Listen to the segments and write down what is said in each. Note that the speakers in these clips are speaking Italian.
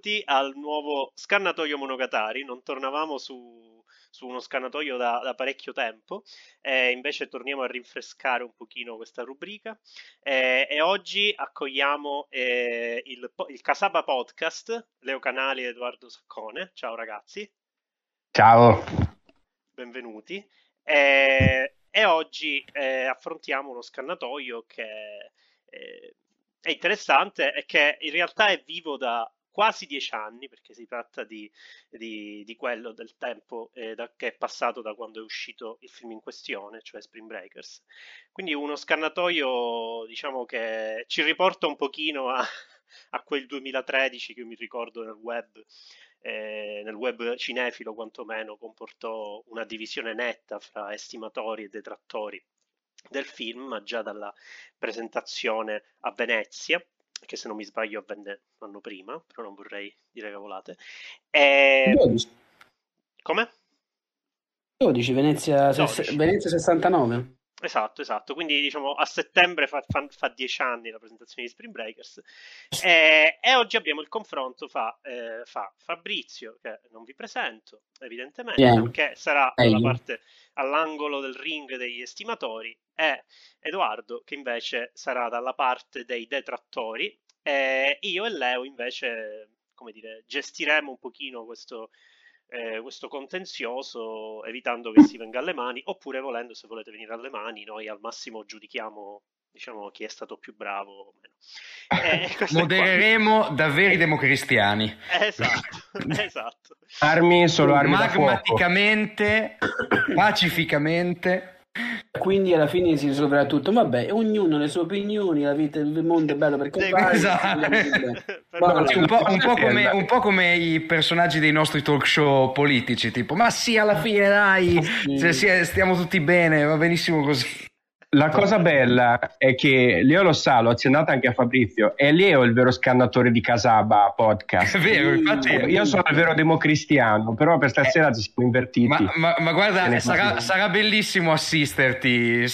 benvenuti al nuovo Scannatoio Monogatari. Non tornavamo su uno scannatoio da parecchio tempo, invece torniamo a rinfrescare un pochino questa rubrica e oggi accogliamo il Casaba Podcast, Leo Canali e Edoardo Saccone. Ciao ragazzi. Ciao. Benvenuti. E oggi affrontiamo uno scannatoio che è interessante e che in realtà è vivo da quasi 10 anni, perché si tratta di quello del tempo che è passato da quando è uscito il film in questione, cioè Spring Breakers. Quindi uno scannatoio, diciamo, che ci riporta un pochino a quel 2013 che mi ricordo nel web cinefilo quantomeno comportò una divisione netta fra estimatori e detrattori del film, ma già dalla presentazione a Venezia, che se non mi sbaglio avvenne l'anno prima, però non vorrei dire cavolate. 12. Come? 12, Venezia, 12. Venezia 69. Esatto, quindi diciamo a settembre fa 10 anni la presentazione di Spring Breakers e oggi abbiamo il confronto fa Fabrizio, che non vi presento evidentemente, che sarà dalla parte all'angolo del ring degli estimatori, e Edoardo, che invece sarà dalla parte dei detrattori, e io e Leo invece, come dire, gestiremo un pochino questo contenzioso, evitando che si venga alle mani, oppure volendo, se volete venire alle mani, noi al massimo giudichiamo, diciamo, chi è stato più bravo o meno. Modereremo da veri democristiani. Esatto. Armi solo armi da fuoco. Magmaticamente, pacificamente. Quindi alla fine si risolverà tutto. Vabbè, ognuno le sue opinioni, la vita, il mondo è bello per comprare. Esatto. Un po' come i personaggi dei nostri talk show politici, tipo, ma sì, alla fine dai, stiamo tutti bene, va benissimo così. La cosa bella è che Leo lo sa, l'ho accennata anche a Fabrizio, è Leo il vero scannatore di Casaba Podcast. È vero, infatti. Io sono il vero democristiano, però per stasera ci siamo invertiti. Ma guarda, sarà bellissimo assisterti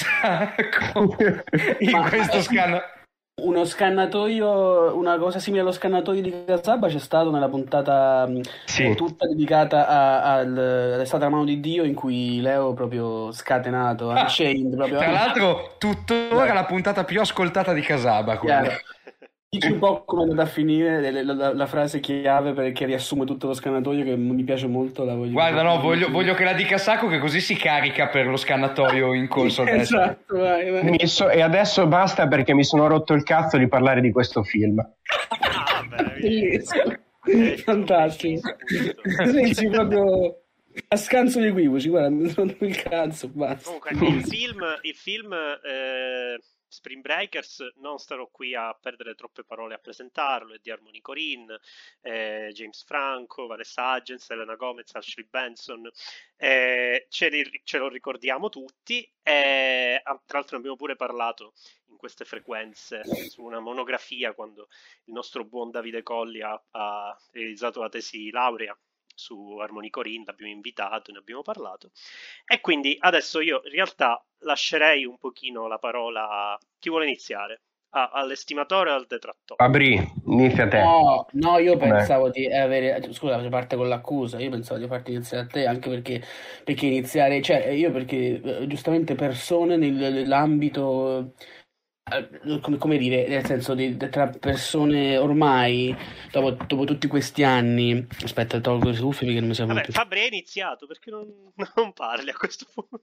in questo scannatoio. Uno scannatoio, una cosa simile allo scannatoio di Casaba c'è stato nella puntata tutta dedicata è stata la mano di Dio, in cui Leo proprio scatenato, unchained, proprio. Tra l'altro tuttora la puntata più ascoltata di Casaba. Dici un po' come è andata a finire la frase chiave perché riassume tutto lo scannatoio, che mi piace molto. Guarda, no, voglio che la dica Sacco, che così si carica per lo scannatoio in corso. Esatto, vai. E adesso basta, perché mi sono rotto il cazzo di parlare di questo film. Bellissimo. Fantastico. Sei proprio a scanso di equivoci, guarda, mi sono rotto il cazzo, basta. Comunque il film Spring Breakers, non starò qui a perdere troppe parole a presentarlo, è di Harmony Korine, James Franco, Vanessa Hudgens, Elena Gomez, Ashley Benson, ce lo ricordiamo tutti, tra l'altro abbiamo pure parlato in queste frequenze su una monografia quando il nostro buon Davide Colli ha realizzato la tesi laurea su Harmony Korine, l'abbiamo invitato, ne abbiamo parlato, e quindi adesso io in realtà lascerei un pochino la parola a chi vuole iniziare, all'estimatore o al detrattore. Fabri, inizia te. No, io pensavo di avere, scusa, parte con l'accusa, io pensavo di farti iniziare a te, anche perché iniziare, cioè io perché giustamente persone nell'ambito, come dire, nel senso tra persone ormai dopo tutti questi anni. Aspetta, tolgo le cuffie perché non mi servono più. Fabri, è iniziato, perché non parli a questo punto?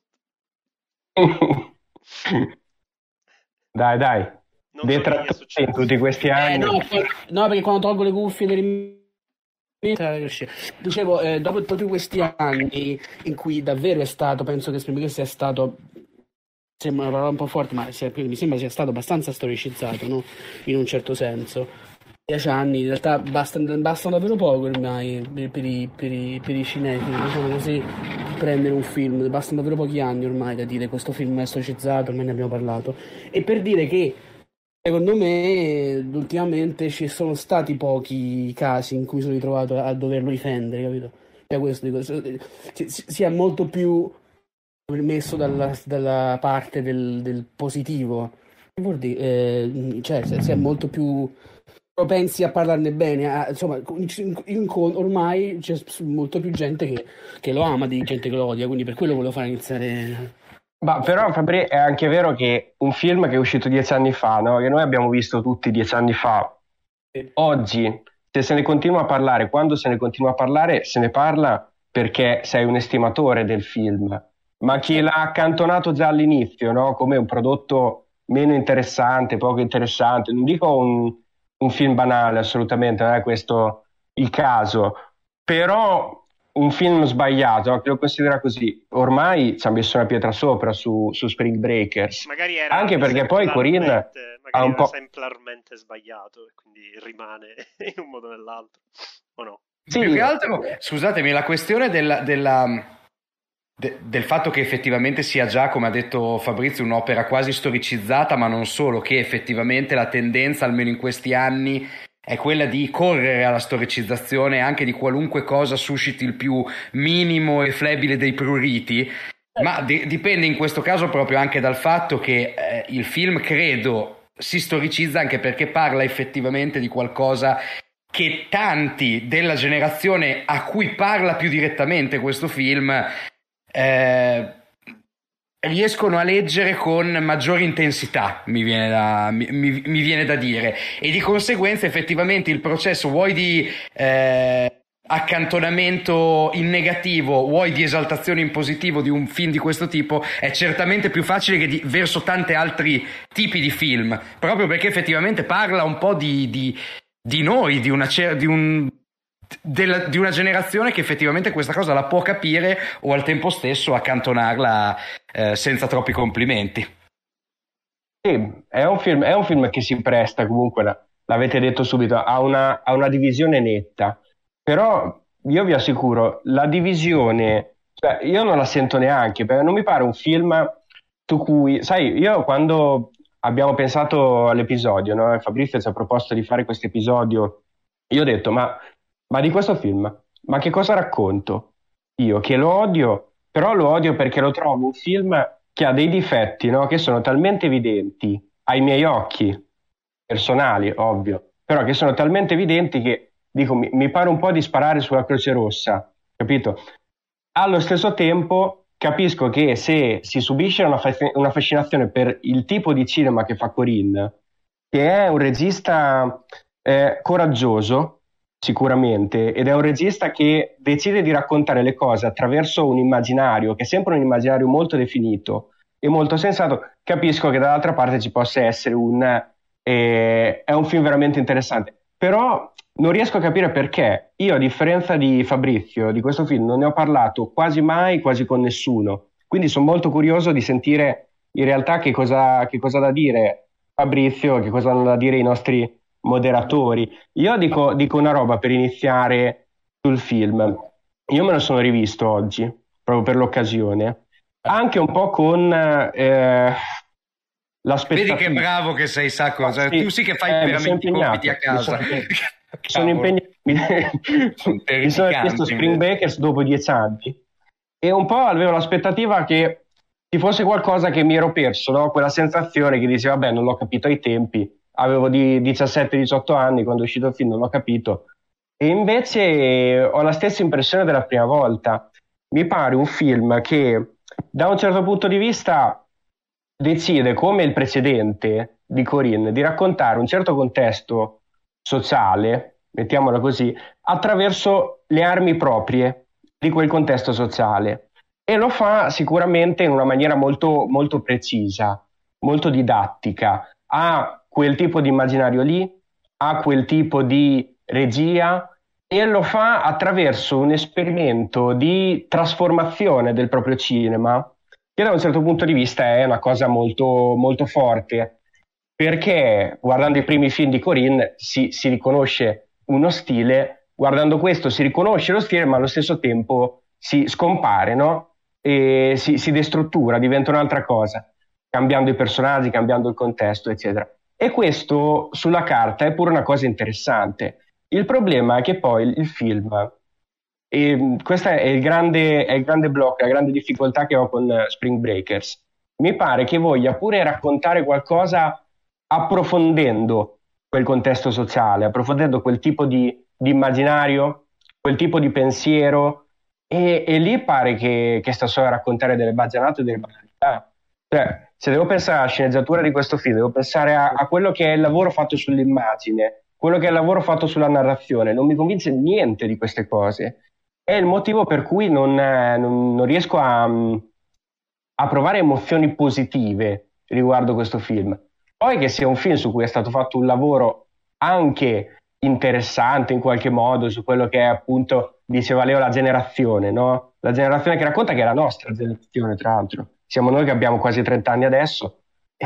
Dai, detrattori in tutti questi anni. No, perché quando tolgo le cuffie dicevo, dopo tutti questi anni in cui davvero è stato, penso che sia stato, sembra una parola un po' forte, ma mi sembra sia stato abbastanza storicizzato, no? In un certo senso. 10 anni in realtà bastano davvero poco ormai per i cinefili, diciamo così, prendere un film, bastano davvero pochi anni ormai da dire questo film è storicizzato, ormai ne abbiamo parlato, e per dire che secondo me ultimamente ci sono stati pochi casi in cui sono ritrovato a doverlo difendere, capito? Cioè questo dico, si è molto più messo dalla parte del positivo, vuol dire, cioè si è molto più propensi a parlarne bene, insomma, ormai c'è molto più gente che lo ama di gente che lo odia, quindi per quello volevo fare iniziare. Ma però Fabri, è anche vero che un film che è uscito 10 anni fa, no? Che noi abbiamo visto tutti 10 anni fa, oggi, se ne continua a parlare, quando se ne continua a parlare, se ne parla perché sei un estimatore del film, ma chi l'ha accantonato già all'inizio, no? Come un prodotto meno interessante, poco interessante, non dico un film banale, assolutamente, non è questo il caso, però un film sbagliato, no? Che lo considera così, ormai ci ha messo una pietra sopra su Spring Breakers, magari era anche perché poi Corinne ha un po' esemplarmente sbagliato e quindi rimane in un modo o nell'altro, o no? Sì. Più che altro, scusatemi, la questione del fatto che effettivamente sia già, come ha detto Fabrizio, un'opera quasi storicizzata, ma non solo, che effettivamente la tendenza, almeno in questi anni, è quella di correre alla storicizzazione anche di qualunque cosa susciti il più minimo e flebile dei pruriti, ma dipende in questo caso proprio anche dal fatto che il film, credo, si storicizza anche perché parla effettivamente di qualcosa che tanti della generazione a cui parla più direttamente questo film riescono a leggere con maggiore intensità, mi viene da dire, e di conseguenza effettivamente il processo, vuoi di accantonamento in negativo, vuoi di esaltazione in positivo di un film di questo tipo, è certamente più facile che verso tanti altri tipi di film, proprio perché effettivamente parla un po' di noi, di una generazione che effettivamente questa cosa la può capire o al tempo stesso accantonarla senza troppi complimenti. Sì, è un film che si presta comunque, l'avete detto subito, a una divisione netta, però io vi assicuro, la divisione, cioè, io non la sento neanche, perché non mi pare un film su cui, sai, io quando abbiamo pensato all'episodio, no? Fabrizio ci ha proposto di fare questo episodio, io ho detto, ma di questo film, ma che cosa racconto? Io che lo odio, però lo odio perché lo trovo un film che ha dei difetti, no? Che sono talmente evidenti ai miei occhi, personali, ovvio, però che sono talmente evidenti che, dico, mi pare un po' di sparare sulla Croce Rossa, capito? Allo stesso tempo capisco che se si subisce una fascinazione per il tipo di cinema che fa Corinne, che è un regista coraggioso, sicuramente, ed è un regista che decide di raccontare le cose attraverso un immaginario che è sempre un immaginario molto definito e molto sensato, capisco che dall'altra parte ci possa essere è un film veramente interessante, però non riesco a capire perché. Io, a differenza di Fabrizio, di questo film non ne ho parlato quasi mai, quasi con nessuno, quindi sono molto curioso di sentire in realtà che cosa ha da dire Fabrizio, che cosa hanno da dire i nostri moderatori. Io dico una roba per iniziare sul film. Io me lo sono rivisto oggi, proprio per l'occasione, anche un po' con l'aspettativa. Vedi che bravo che sei, Sacco, cioè, sì, tu sì che fai veramente i compiti a casa. Sono impegnato. Mi sono chiesto Spring Breakers dopo 10 anni e un po' avevo l'aspettativa che ci fosse qualcosa che mi ero perso, no? Quella sensazione che dicevo, vabbè, non l'ho capito ai tempi, avevo di 17-18 anni quando è uscito il film, non l'ho capito, e invece ho la stessa impressione della prima volta. Mi pare un film che da un certo punto di vista decide, come il precedente di Corinne, di raccontare un certo contesto sociale, mettiamola così, attraverso le armi proprie di quel contesto sociale, e lo fa sicuramente in una maniera molto, molto precisa, molto didattica. Ha quel tipo di immaginario lì, ha quel tipo di regia, e lo fa attraverso un esperimento di trasformazione del proprio cinema, che da un certo punto di vista è una cosa molto, molto forte, perché guardando i primi film di Corinne si riconosce uno stile, guardando questo si riconosce lo stile, ma allo stesso tempo si scompare, no? E si destruttura, diventa un'altra cosa, cambiando i personaggi, cambiando il contesto, eccetera. E questo sulla carta è pure una cosa interessante. Il problema è che poi il film, e questo è il grande blocco, la grande difficoltà che ho con Spring Breakers, mi pare che voglia pure raccontare qualcosa approfondendo quel contesto sociale, approfondendo quel tipo di immaginario, quel tipo di pensiero, e lì pare che sta solo a raccontare delle baggianate e delle banalità. Cioè, se devo pensare alla sceneggiatura di questo film, devo pensare a quello che è il lavoro fatto sull'immagine, quello che è il lavoro fatto sulla narrazione, non mi convince niente di queste cose. È il motivo per cui non riesco a provare emozioni positive riguardo questo film. Poi che sia un film su cui è stato fatto un lavoro anche interessante in qualche modo su quello che è appunto, diceva Leo, la generazione, no? La generazione che racconta, che è la nostra generazione, tra l'altro. Siamo noi che abbiamo quasi 30 anni adesso.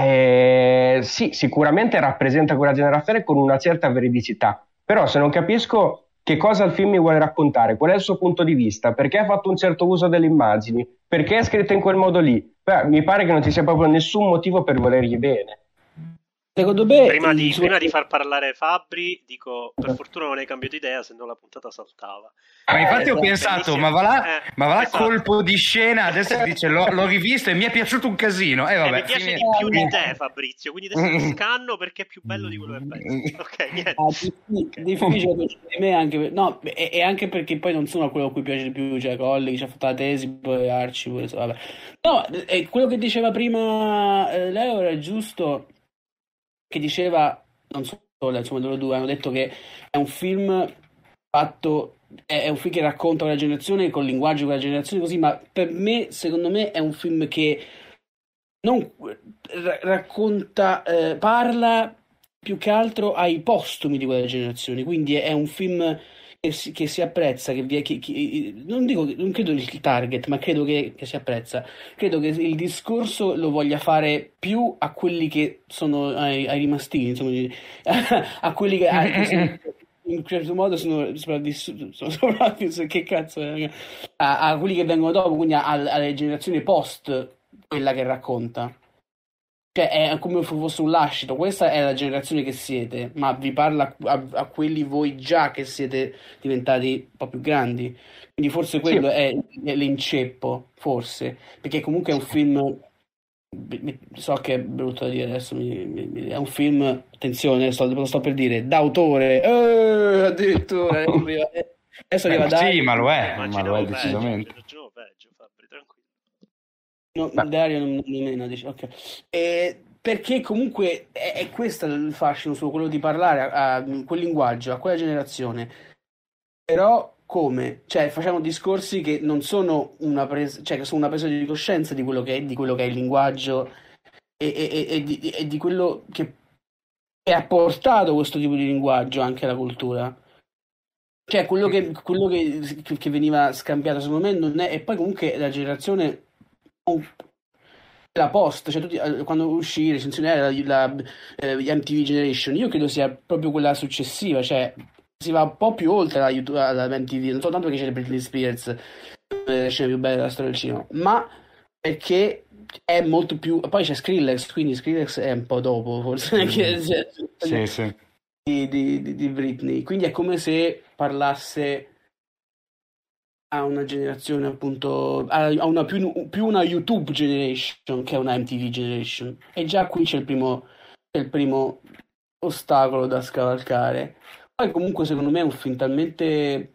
Sì, sicuramente rappresenta quella generazione con una certa veridicità, però se non capisco che cosa il film mi vuole raccontare, qual è il suo punto di vista, perché ha fatto un certo uso delle immagini, perché è scritto in quel modo lì, mi pare che non ci sia proprio nessun motivo per volergli bene. Secondo me, prima di far parlare Fabri, dico, per fortuna non hai cambiato idea, se no la puntata saltava. Ma infatti ho pensato, ma va là esatto. Colpo di scena, adesso si dice l'ho rivisto e mi è piaciuto un casino. Vabbè, mi piace di più di te, Fabrizio, quindi adesso ti scanno perché è più bello di quello che pensi. Ok, niente. Difficile per me anche, no, e anche perché poi non sono quello a cui piace di più, cioè Colli, ci ha fatto la tesi, poi Arci, pure, vabbè. No, quello che diceva prima Leo era giusto, che diceva, non solo, insomma, loro due hanno detto che è un film fatto, è un film che racconta quella generazione con il linguaggio di quella generazione così, ma per me, secondo me, è un film che non racconta, parla più che altro ai postumi di quella generazione, quindi è un film che si apprezza, non credo il target, ma credo che si apprezza. Credo che il discorso lo voglia fare più a quelli che sono ai rimastini, insomma, a quelli che in un certo modo sono sopravvissuti, che cazzo è? A quelli che vengono dopo, quindi alle generazioni post quella che racconta. Cioè, è come se fosse un lascito. Questa è la generazione che siete, ma vi parla a quelli voi già che siete diventati un po' più grandi. Quindi forse quello è l'inceppo, forse. Perché comunque è un film. So che è brutto da dire adesso, è un film, attenzione, lo sto per dire, d'autore. Addirittura. Adesso arriva sì, ma lo è decisamente. Peggio, Fabri, tranquillo. No, Dario non dice, ok. Perché comunque è questo il fascino suo, quello di parlare a quel linguaggio, a quella generazione. Però come? Cioè, facciamo discorsi che non sono cioè che sono una presa di coscienza di quello che è il linguaggio e di quello che ha portato questo tipo di linguaggio anche alla cultura. Cioè, quello che veniva scambiato, secondo me, non è. E poi comunque la generazione. La post, cioè tutti, quando uscì recensionare la MTV Generation, io credo sia proprio quella successiva, cioè si va un po' più oltre alla MTV, non soltanto perché c'è Britney Spears, le scene più belle della storia del cinema, ma perché è molto più. Poi c'è Skrillex, quindi Skrillex è un po' dopo, forse sì. Di Britney, quindi è come se parlasse a una generazione, appunto, a una più una YouTube generation che una MTV generation, e già qui c'è il primo ostacolo da scavalcare. Poi comunque secondo me è un film talmente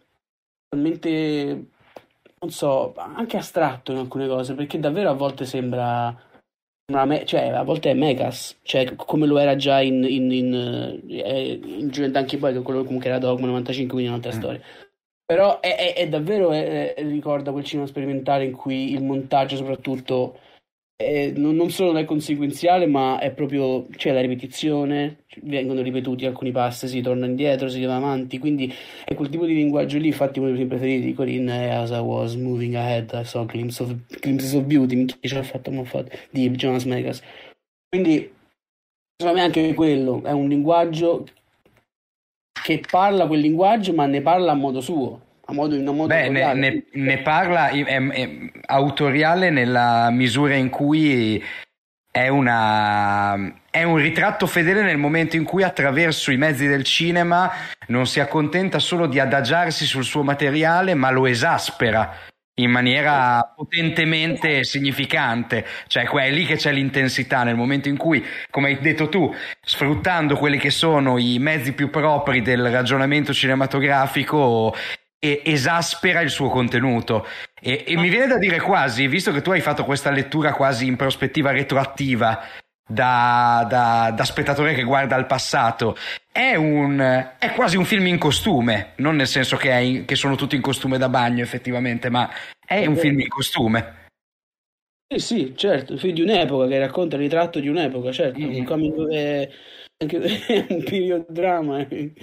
non so, anche astratto in alcune cose, perché davvero a volte sembra cioè a volte è Megas, cioè come lo era già in Gioventù anche poi, quello comunque era Dogma 95, quindi è un'altra storia. Però è davvero ricorda quel cinema sperimentale in cui il montaggio soprattutto non solo non è conseguenziale, ma è proprio, c'è la ripetizione, vengono ripetuti alcuni passi, si torna indietro, si va avanti, quindi è quel tipo di linguaggio lì. Infatti uno dei miei preferiti di Corinne è As I Was Moving Ahead, I Saw Glimpses of Beauty, che ce l'ha fatto di Jonas Megas. Quindi secondo me anche quello è un linguaggio che parla quel linguaggio, ma ne parla a modo suo, in un modo ne parla, è autoriale nella misura in cui è un ritratto fedele, nel momento in cui attraverso i mezzi del cinema non si accontenta solo di adagiarsi sul suo materiale, ma lo esaspera in maniera potentemente significante, cioè è lì che c'è l'intensità, nel momento in cui, come hai detto tu, sfruttando quelli che sono i mezzi più propri del ragionamento cinematografico, esaspera il suo contenuto. E mi viene da dire quasi, visto che tu hai fatto questa lettura quasi in prospettiva retroattiva da spettatore che guarda al passato, è quasi un film in costume, non nel senso che sono tutti in costume da bagno effettivamente, ma è un film in costume. Sì, certo, un film di un'epoca che racconta il ritratto di un'epoca, certo, un comico anche un period drama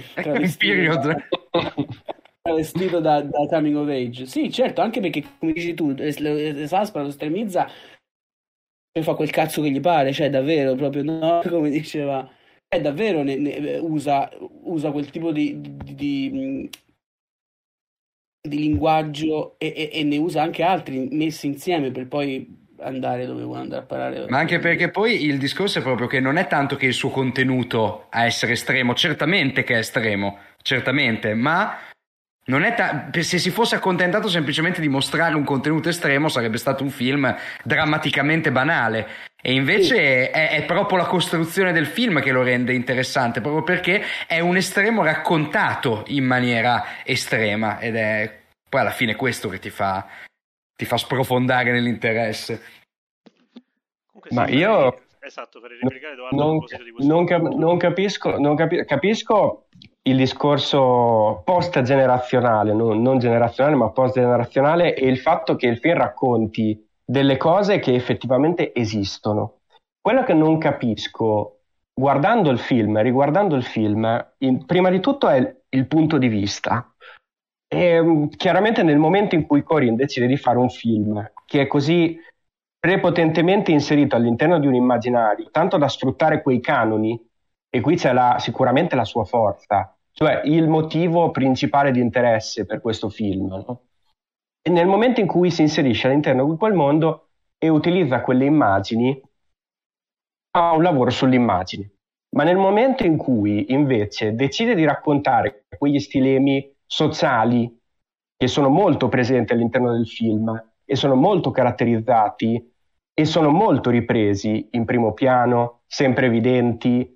travestito da coming of age. Sì, certo, anche perché, come dici tu, esaspera, lo estremizza e fa quel cazzo che gli pare, cioè davvero, proprio, no? Come diceva, davvero usa quel tipo di linguaggio e ne usa anche altri messi insieme per poi andare dove vuole andare a parare. Ma anche perché poi il discorso è proprio che non è tanto che il suo contenuto a essere estremo, certamente che è estremo, certamente, ma non è se si fosse accontentato semplicemente di mostrare un contenuto estremo sarebbe stato un film drammaticamente banale, e invece è proprio la costruzione del film che lo rende interessante, proprio perché è un estremo raccontato in maniera estrema, ed è poi alla fine questo che ti fa sprofondare nell'interesse. Ma io esatto, per replicare Edoardo, non capisco il discorso post-generazionale, non generazionale ma post-generazionale, e il fatto che il film racconti delle cose che effettivamente esistono. Quello che non capisco guardando il film, riguardando il film, prima di tutto è il punto di vista. E, chiaramente nel momento in cui Corinne decide di fare un film che è così prepotentemente inserito all'interno di un immaginario, tanto da sfruttare quei canoni, e qui c'è sicuramente la sua forza, cioè il motivo principale di interesse per questo film, no? E nel momento in cui si inserisce all'interno di quel mondo e utilizza quelle immagini, fa un lavoro sulle immagini. Ma nel momento in cui invece decide di raccontare quegli stilemi sociali che sono molto presenti all'interno del film e sono molto caratterizzati e sono molto ripresi in primo piano, sempre evidenti,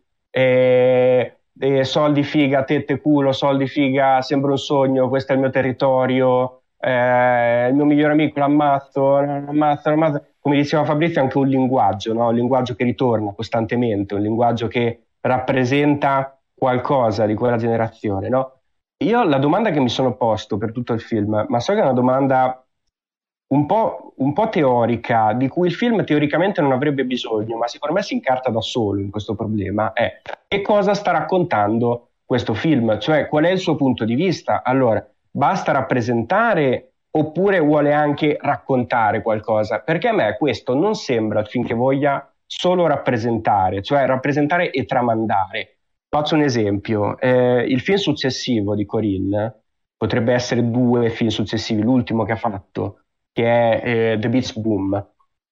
soldi figa, tette culo, soldi figa, sembra un sogno, questo è il mio territorio, il mio migliore amico l'ammazzo, come diceva Fabrizio, è anche un linguaggio, no? Un linguaggio che ritorna costantemente, un linguaggio che rappresenta qualcosa di quella generazione, no? Io la domanda che mi sono posto per tutto il film, ma so che è una domanda un po' teorica, di cui il film teoricamente non avrebbe bisogno, ma secondo me si incarta da solo in questo problema, è: che cosa sta raccontando questo film? Cioè, qual è il suo punto di vista? Allora, basta rappresentare oppure vuole anche raccontare qualcosa? Perché a me questo non sembra il film che voglia solo rappresentare, cioè rappresentare e tramandare. Faccio un esempio, il film successivo di Corinne, potrebbe essere 2 film successivi, l'ultimo che ha fatto, che è The Beach Boom.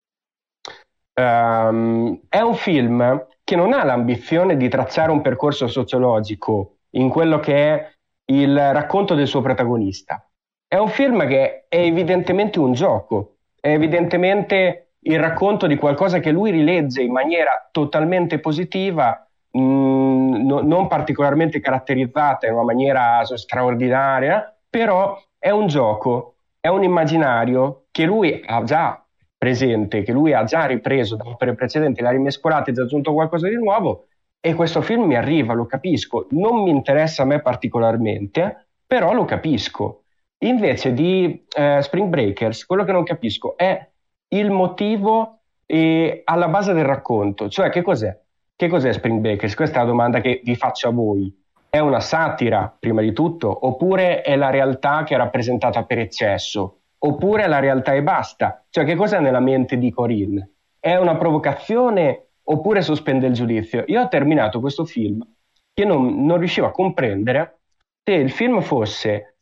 È un film che non ha l'ambizione di tracciare un percorso sociologico in quello che è il racconto del suo protagonista. È un film che è evidentemente un gioco, è evidentemente il racconto di qualcosa che lui rilegge in maniera totalmente positiva, non particolarmente caratterizzata in una maniera straordinaria, però è un gioco, è un immaginario che lui ha già presente, che lui ha già ripreso da opere precedenti, l'ha rimescolato e ha aggiunto qualcosa di nuovo, e questo film mi arriva, lo capisco, non mi interessa a me particolarmente, però lo capisco. Invece di Spring Breakers, quello che non capisco è il motivo alla base del racconto, cioè che cos'è? Che cos'è Spring Breakers? Questa è la domanda che vi faccio a voi. È una satira, prima di tutto, oppure è la realtà che è rappresentata per eccesso? Oppure è la realtà e basta? Cioè, che cos'è nella mente di Corinne? È una provocazione oppure sospende il giudizio? Io ho terminato questo film che non riuscivo a comprendere se il film fosse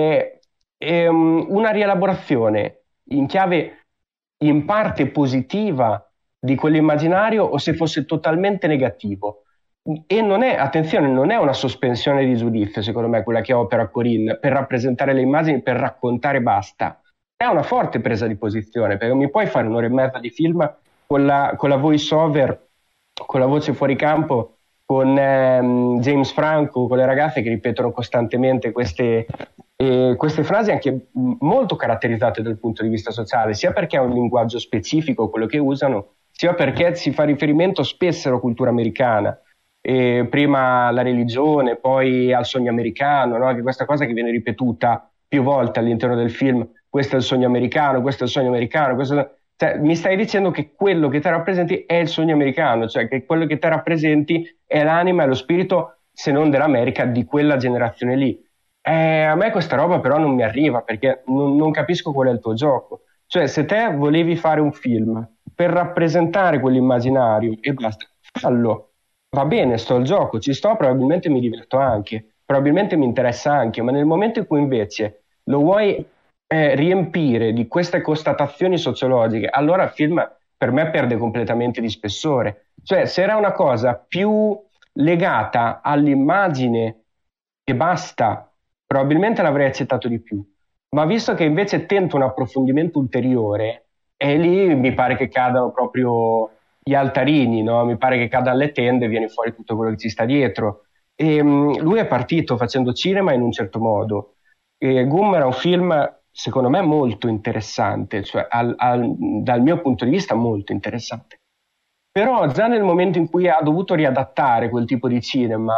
una rielaborazione in chiave in parte positiva di quell'immaginario o se fosse totalmente negativo. E non è, attenzione, non è una sospensione di giudizio, secondo me, quella che opera Corinne per rappresentare le immagini, per raccontare basta. è una forte presa di posizione, perché mi puoi fare un'ora e mezza di film con la voice over, con la voce fuori campo, con James Franco, con le ragazze che ripetono costantemente queste frasi anche molto caratterizzate dal punto di vista sociale, sia perché è un linguaggio specifico quello che usano, sia perché si fa riferimento spesso alla cultura americana, prima alla religione, poi al sogno americano, no? Che questa cosa che viene ripetuta più volte all'interno del film, questo è il sogno americano, questo è il sogno americano, cioè, mi stai dicendo che quello che te rappresenti è il sogno americano, cioè che quello che te rappresenti è l'anima e lo spirito, se non dell'America, di quella generazione lì. A me questa roba però non mi arriva, perché non capisco qual è il tuo gioco. Cioè, se te volevi fare un film per rappresentare quell'immaginario e basta, fallo. Va bene, sto al gioco, ci sto, probabilmente mi diverto anche, probabilmente mi interessa anche, ma nel momento in cui invece lo vuoi riempire di queste constatazioni sociologiche, allora il film per me perde completamente di spessore. Cioè, se era una cosa più legata all'immagine e basta, probabilmente l'avrei accettato di più. Ma visto che invece tento un approfondimento ulteriore, e lì mi pare che cadano proprio gli altarini, no? Mi pare che cadano le tende e viene fuori tutto quello che ci sta dietro. E lui è partito facendo cinema in un certo modo. E Goom era un film, secondo me, molto interessante, cioè dal mio punto di vista molto interessante. Però già nel momento in cui ha dovuto riadattare quel tipo di cinema,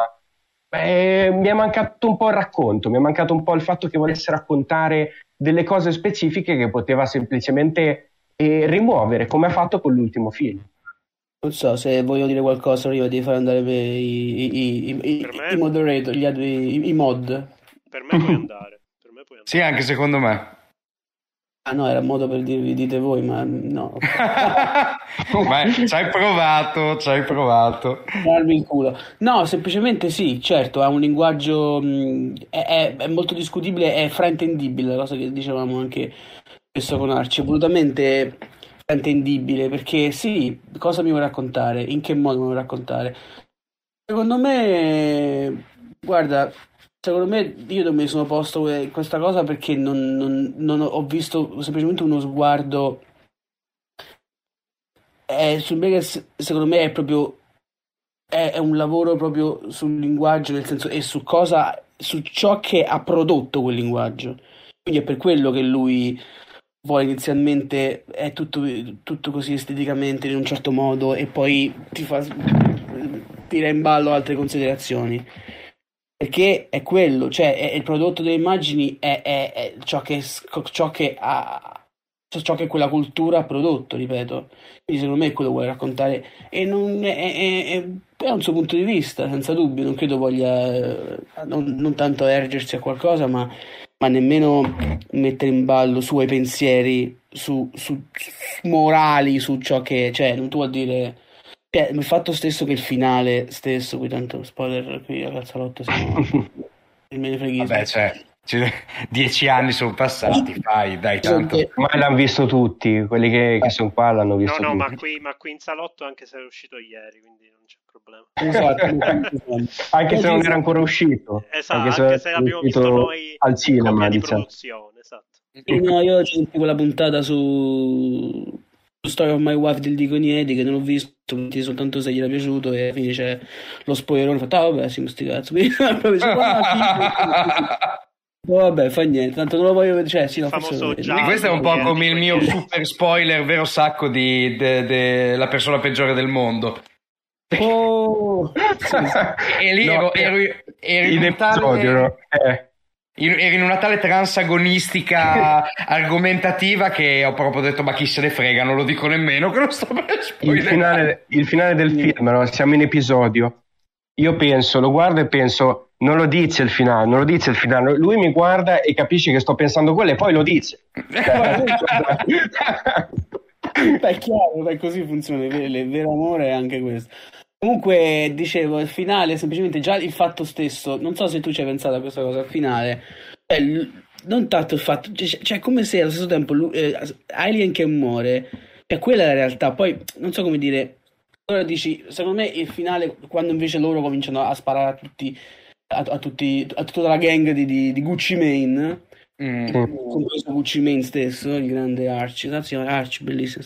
mi è mancato un po' il racconto, mi è mancato un po' il fatto che volesse raccontare delle cose specifiche che poteva semplicemente rimuovere, come ha fatto con l'ultimo film. Non so se voglio dire qualcosa prima di far andare i moderator, i mod. Per me puoi andare. Sì, anche secondo me. Ah no, era un modo per dirvi dite voi, ma no. Ma ci hai provato. Darmi il culo. No, semplicemente sì, certo, ha un linguaggio, è molto discutibile, è fraintendibile, la cosa che dicevamo anche spesso con Arci, volutamente fraintendibile, perché sì, cosa mi vuoi raccontare? In che modo mi vuoi raccontare? Secondo me, guarda, io mi sono posto questa cosa perché non ho visto semplicemente uno sguardo su Vegas. Secondo me è proprio è un lavoro proprio sul linguaggio, nel senso, e su ciò che ha prodotto quel linguaggio. Quindi è per quello che lui vuole inizialmente è tutto così esteticamente in un certo modo e poi tira in ballo altre considerazioni. Perché è quello, cioè è il prodotto delle immagini, è ciò che quella cultura ha prodotto, ripeto. Quindi secondo me quello vuole raccontare e non è un suo punto di vista, senza dubbio. Non credo voglia non tanto ergersi a qualcosa, ma nemmeno mettere in ballo i suoi pensieri su morali, su ciò che, cioè, non tu vuol dire. Il fatto stesso che il finale stesso, qui tanto spoiler qui a Cazzalotto, il menefreghismo. Vabbè, cioè 10 anni sono passati, dai, tanto. Ma l'hanno visto tutti, quelli che sono qua l'hanno visto no, tutti. ma qui in salotto anche se è uscito ieri, quindi non c'è problema. Esatto. Anche se non era ancora uscito. Esatto, anche se l'abbiamo visto noi al cinema, di diciamo. produzione, esatto. No, io ho sentito quella puntata su Story of My Wife del Dico Niedi che non ho visto, soltanto se gli era piaciuto e alla fine c'è lo spoilerone, ho fatto vabbè sì, sti cazzo. Vabbè, fa niente, tanto non lo voglio vedere, cioè, sì, questo è un po' come il mio super spoiler vero sacco di la persona peggiore del mondo. Oh, sì. E lì ero in episodio, no? Ero in una tale transagonistica argomentativa che ho proprio detto ma chi se ne frega, non lo dico nemmeno che non sto per spoilerare. Il finale del film, no? Siamo in episodio, io lo guardo e penso non lo dice il finale, lui mi guarda e capisce che sto pensando quello e poi lo dice. È chiaro, è così funziona, il vero amore è anche questo. Comunque, dicevo, il finale, semplicemente già il fatto stesso, non so se tu ci hai pensato a questa cosa, al finale, non tanto il fatto, cioè come se allo stesso tempo Alien che muore, cioè quella è la realtà, poi non so come dire, ora dici, secondo me il finale, quando invece loro cominciano a sparare a tutta la gang di Gucci Mane, compreso Gucci Mane stesso, il grande Archie, Archie, bellissimo.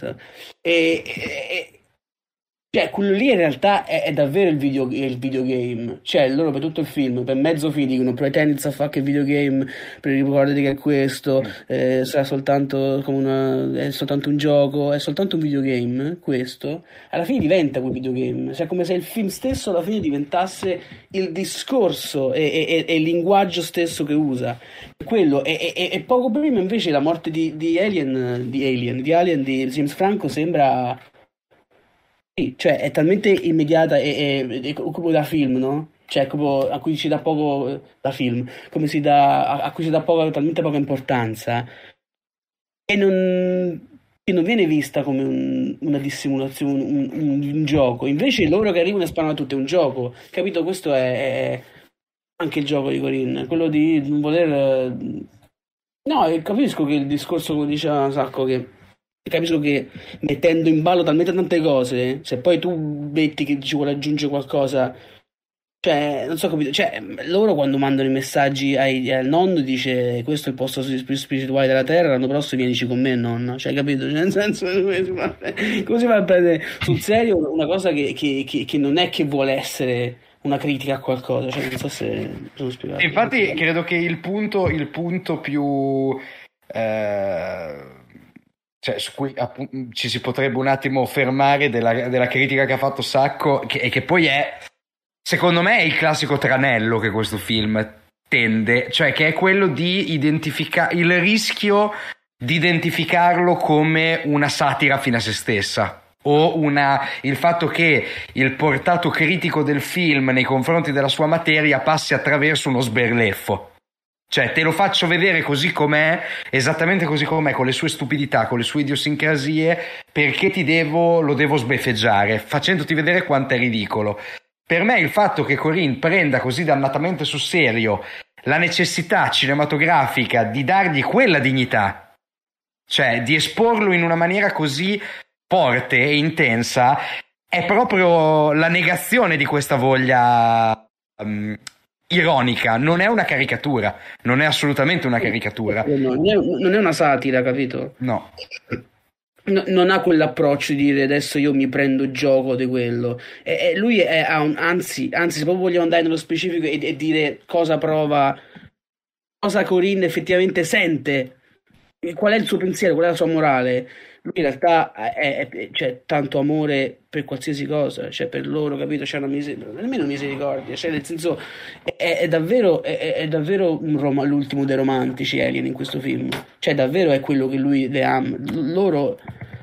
Cioè, quello lì in realtà è davvero il videogame. Cioè, loro per tutto il film, per mezzo film dicono pretend it's a fucking videogame, per ricordati che è questo, sarà soltanto è soltanto un gioco, è soltanto un videogame, questo. Alla fine diventa quel videogame. Cioè, come se il film stesso alla fine diventasse il discorso e il linguaggio stesso che usa. Quello, e poco prima invece la morte di Alien, di Alien, di James Franco sembra... Sì, cioè è talmente immediata e come da film, no? Cioè, come a cui ci dà poco da film, come si dà, a cui si dà talmente poca importanza e che non viene vista come una dissimulazione, un gioco. Invece loro che arrivano e sparano a tutto è un gioco, capito? Questo è anche il gioco di Corinne, quello di non voler... No, e capisco che il discorso, come diceva Sacco, che capisco che mettendo in ballo talmente tante cose, se poi tu metti che ci vuole aggiungere qualcosa, cioè, non so capito, cioè, loro quando mandano i messaggi al nonno dice questo è il posto più spirituale della terra, l'anno prossimo vienici con me, nonno, cioè, capito? Cioè, nel senso, come si fa a prendere sul serio una cosa che non è che vuole essere una critica a qualcosa, cioè, non so se mi sono spiegato. Infatti, credo che il punto più... cioè, su cui ci si potrebbe un attimo fermare della critica che ha fatto Sacco, e che poi è, secondo me, è il classico tranello che questo film tende, cioè che è quello di identificare il rischio di identificarlo come una satira fine a se stessa, o il fatto che il portato critico del film nei confronti della sua materia passi attraverso uno sberleffo. Cioè, te lo faccio vedere così com'è, esattamente così com'è, con le sue stupidità, con le sue idiosincrasie, perché lo devo sbeffeggiare, facendoti vedere quanto è ridicolo. Per me il fatto che Corinne prenda così dannatamente sul serio la necessità cinematografica di dargli quella dignità, cioè di esporlo in una maniera così forte e intensa, è proprio la negazione di questa voglia ironica. Non è una caricatura, non è assolutamente una caricatura. No, non è una satira, capito? No. Non ha quell'approccio di dire adesso io mi prendo gioco di quello. Lui anzi, se proprio vogliamo andare nello specifico e dire cosa prova, cosa Corinne effettivamente sente, qual è il suo pensiero, qual è la sua morale. Lui in realtà c'è tanto amore per qualsiasi cosa, cioè per loro, capito? C'è una nemmeno misericordia, cioè nel senso è davvero l'ultimo dei romantici Alien in questo film, cioè davvero è quello che lui le ama. Loro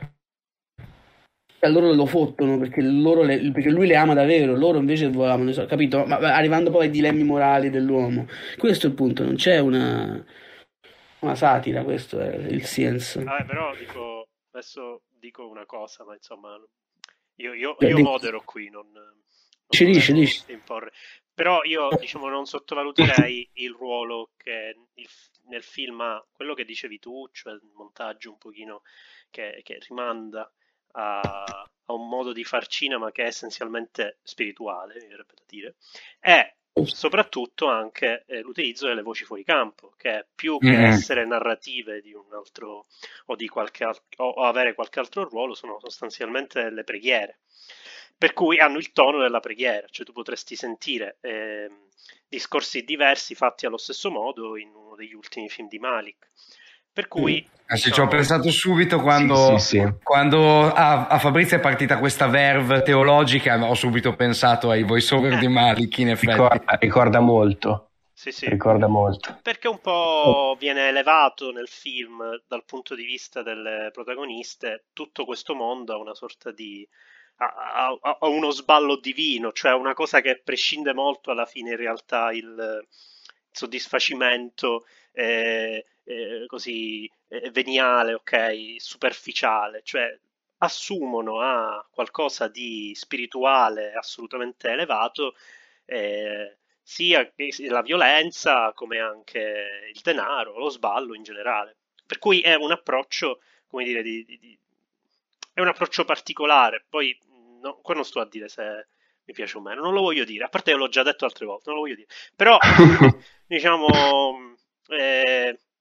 lo fottono perché perché lui le ama davvero, loro invece volevano, capito? Ma arrivando poi ai dilemmi morali dell'uomo, questo è il punto, non c'è una satira, questo è il senso. Vabbè, però adesso dico una cosa, ma insomma io modero qui, non dici. imporre. Però io diciamo non sottovaluterei il ruolo che nel film ha quello che dicevi tu, cioè il montaggio un pochino che rimanda a un modo di far cinema che è essenzialmente spirituale, mi verrebbe da dire, e soprattutto anche l'utilizzo delle voci fuori campo, che più che essere narrative di un altro o di o avere qualche altro ruolo, sono sostanzialmente le preghiere, per cui hanno il tono della preghiera, cioè tu potresti sentire discorsi diversi fatti allo stesso modo in uno degli ultimi film di Malik. Per cui sì, ci ho pensato subito quando a Fabrizio è partita questa verve teologica, ho subito pensato ai voiceover di Malik, in effetti. Ricorda molto. Sì. Ricorda molto. Perché un po' viene elevato nel film dal punto di vista delle protagoniste tutto questo mondo a una sorta di a uno sballo divino, cioè una cosa che prescinde molto alla fine in realtà il soddisfacimento così veniale, ok, superficiale, cioè assumono a qualcosa di spirituale assolutamente elevato sia la violenza come anche il denaro, lo sballo in generale. Per cui è un approccio, come dire, è un approccio particolare. Poi qua non sto a dire se mi piace o meno, non lo voglio dire, a parte che l'ho già detto altre volte, non lo voglio dire. Però diciamo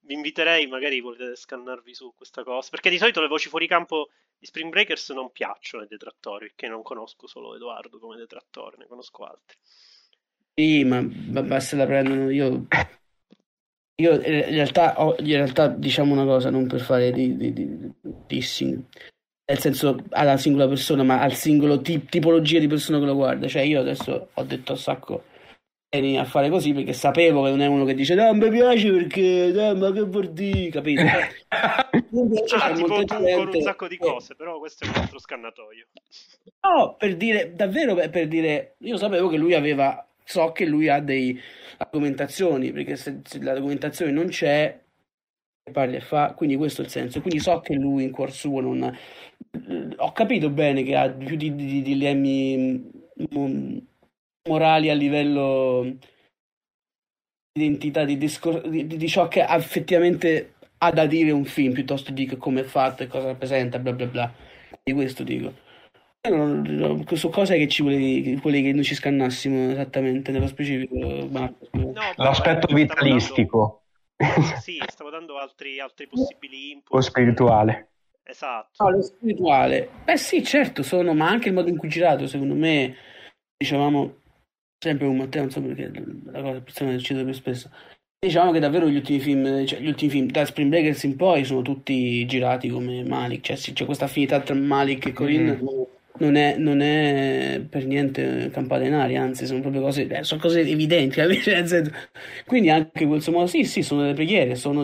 vi inviterei, magari potete scannarvi su questa cosa, perché di solito le voci fuori campo di Spring Breakers non piacciono ai detrattori, perché non conosco solo Edoardo come detrattore, ne conosco altri. Sì, ma basta la prendono. Io in realtà diciamo una cosa, non per fare di dissing, nel senso alla singola persona, ma al singolo tipologia di persona che lo guarda. Cioè io adesso ho detto a sacco vieni a fare così perché sapevo che non è uno che dice no, mi piace perché, ma che vuol dire, capito? Invece Ah, c'è tipo molta tu con un gente sacco di che cose, però questo è un altro scannatoio. no, per dire, davvero per dire, io sapevo che lui aveva, so che lui ha dei argomentazioni, perché se l'argomentazione non c'è, parli e fa, quindi questo è il senso. Quindi so che lui in cuor suo non... Ho capito bene che ha più di dilemmi morali a livello di identità, di ciò che effettivamente ha da dire un film, piuttosto di che come è fatto e cosa rappresenta, bla bla bla. Di questo dico. Su cosa è che volevi che noi ci scannassimo esattamente nello specifico, Marco? Scusa. No, L'aspetto stavo dando, vitalistico sì, stavo dando altri possibili o input. spirituale. Esatto. No, lo spirituale. Beh sì, certo, ma anche il modo in cui è girato, secondo me, dicevamo, sempre con Matteo, non so perché la cosa persona che cito più spesso, diciamo che davvero gli ultimi film, da Spring Breakers in poi, sono tutti girati come Malik, cioè sì, c'è questa affinità tra Malik e Corinne, non è per niente campata in aria, anzi sono cose evidenti, capisci? Nel senso, quindi anche in questo modo, sì, sì, sono delle preghiere, sono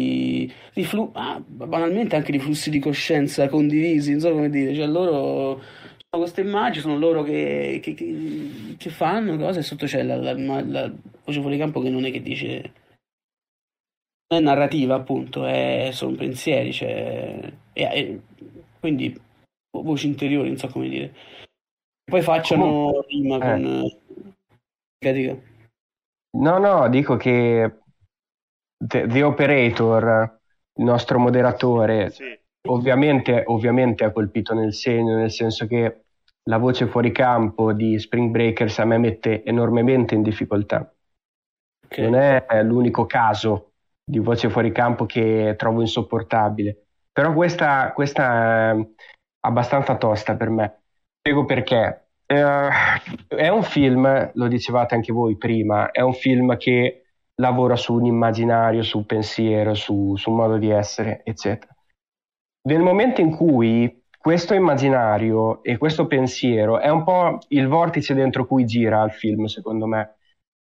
banalmente anche dei flussi di coscienza condivisi, non so come dire, cioè loro sono queste immagini, sono loro che fanno cose e sotto c'è la voce fuori campo che non è che dice, non è narrativa appunto, sono pensieri, cioè, quindi voci interiori, non so come dire. Poi Comunque, facciano rima con... eh, dica. no, no, dico che The Operator, il nostro moderatore, Sì. ovviamente ha colpito nel segno, nel senso che la voce fuori campo di Spring Breakers a me mette enormemente in difficoltà. Ok. Non è l'unico caso di voce fuori campo che trovo insopportabile, però questa è abbastanza tosta per me. Spiego perché. È un film, lo dicevate anche voi prima, è un film che lavora su un immaginario, su un pensiero, su un modo di essere, eccetera. Nel momento in cui questo immaginario e questo pensiero è un po' il vortice dentro cui gira il film, secondo me,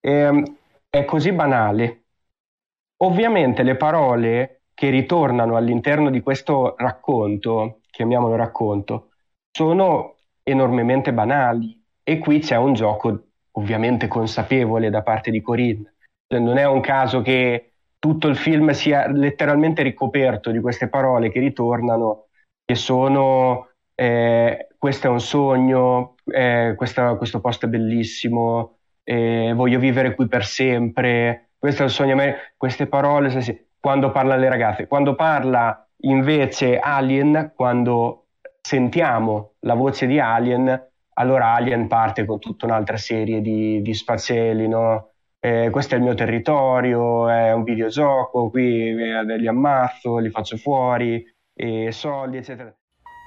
è così banale. Ovviamente le parole che ritornano all'interno di questo racconto, chiamiamolo racconto, sono enormemente banali e qui c'è un gioco ovviamente consapevole da parte di Corinne. Cioè, non è un caso che tutto il film sia letteralmente ricoperto di queste parole che ritornano, che sono questo è un sogno, questo posto è bellissimo, voglio vivere qui per sempre, questo è il sogno, queste parole, quando parla alle ragazze, quando parla invece Alien, quando sentiamo la voce di Alien, allora Alien parte con tutta un'altra serie di sfaceli, no? Questo è il mio territorio, è un videogioco, qui li ammazzo, li faccio fuori, soldi, eccetera.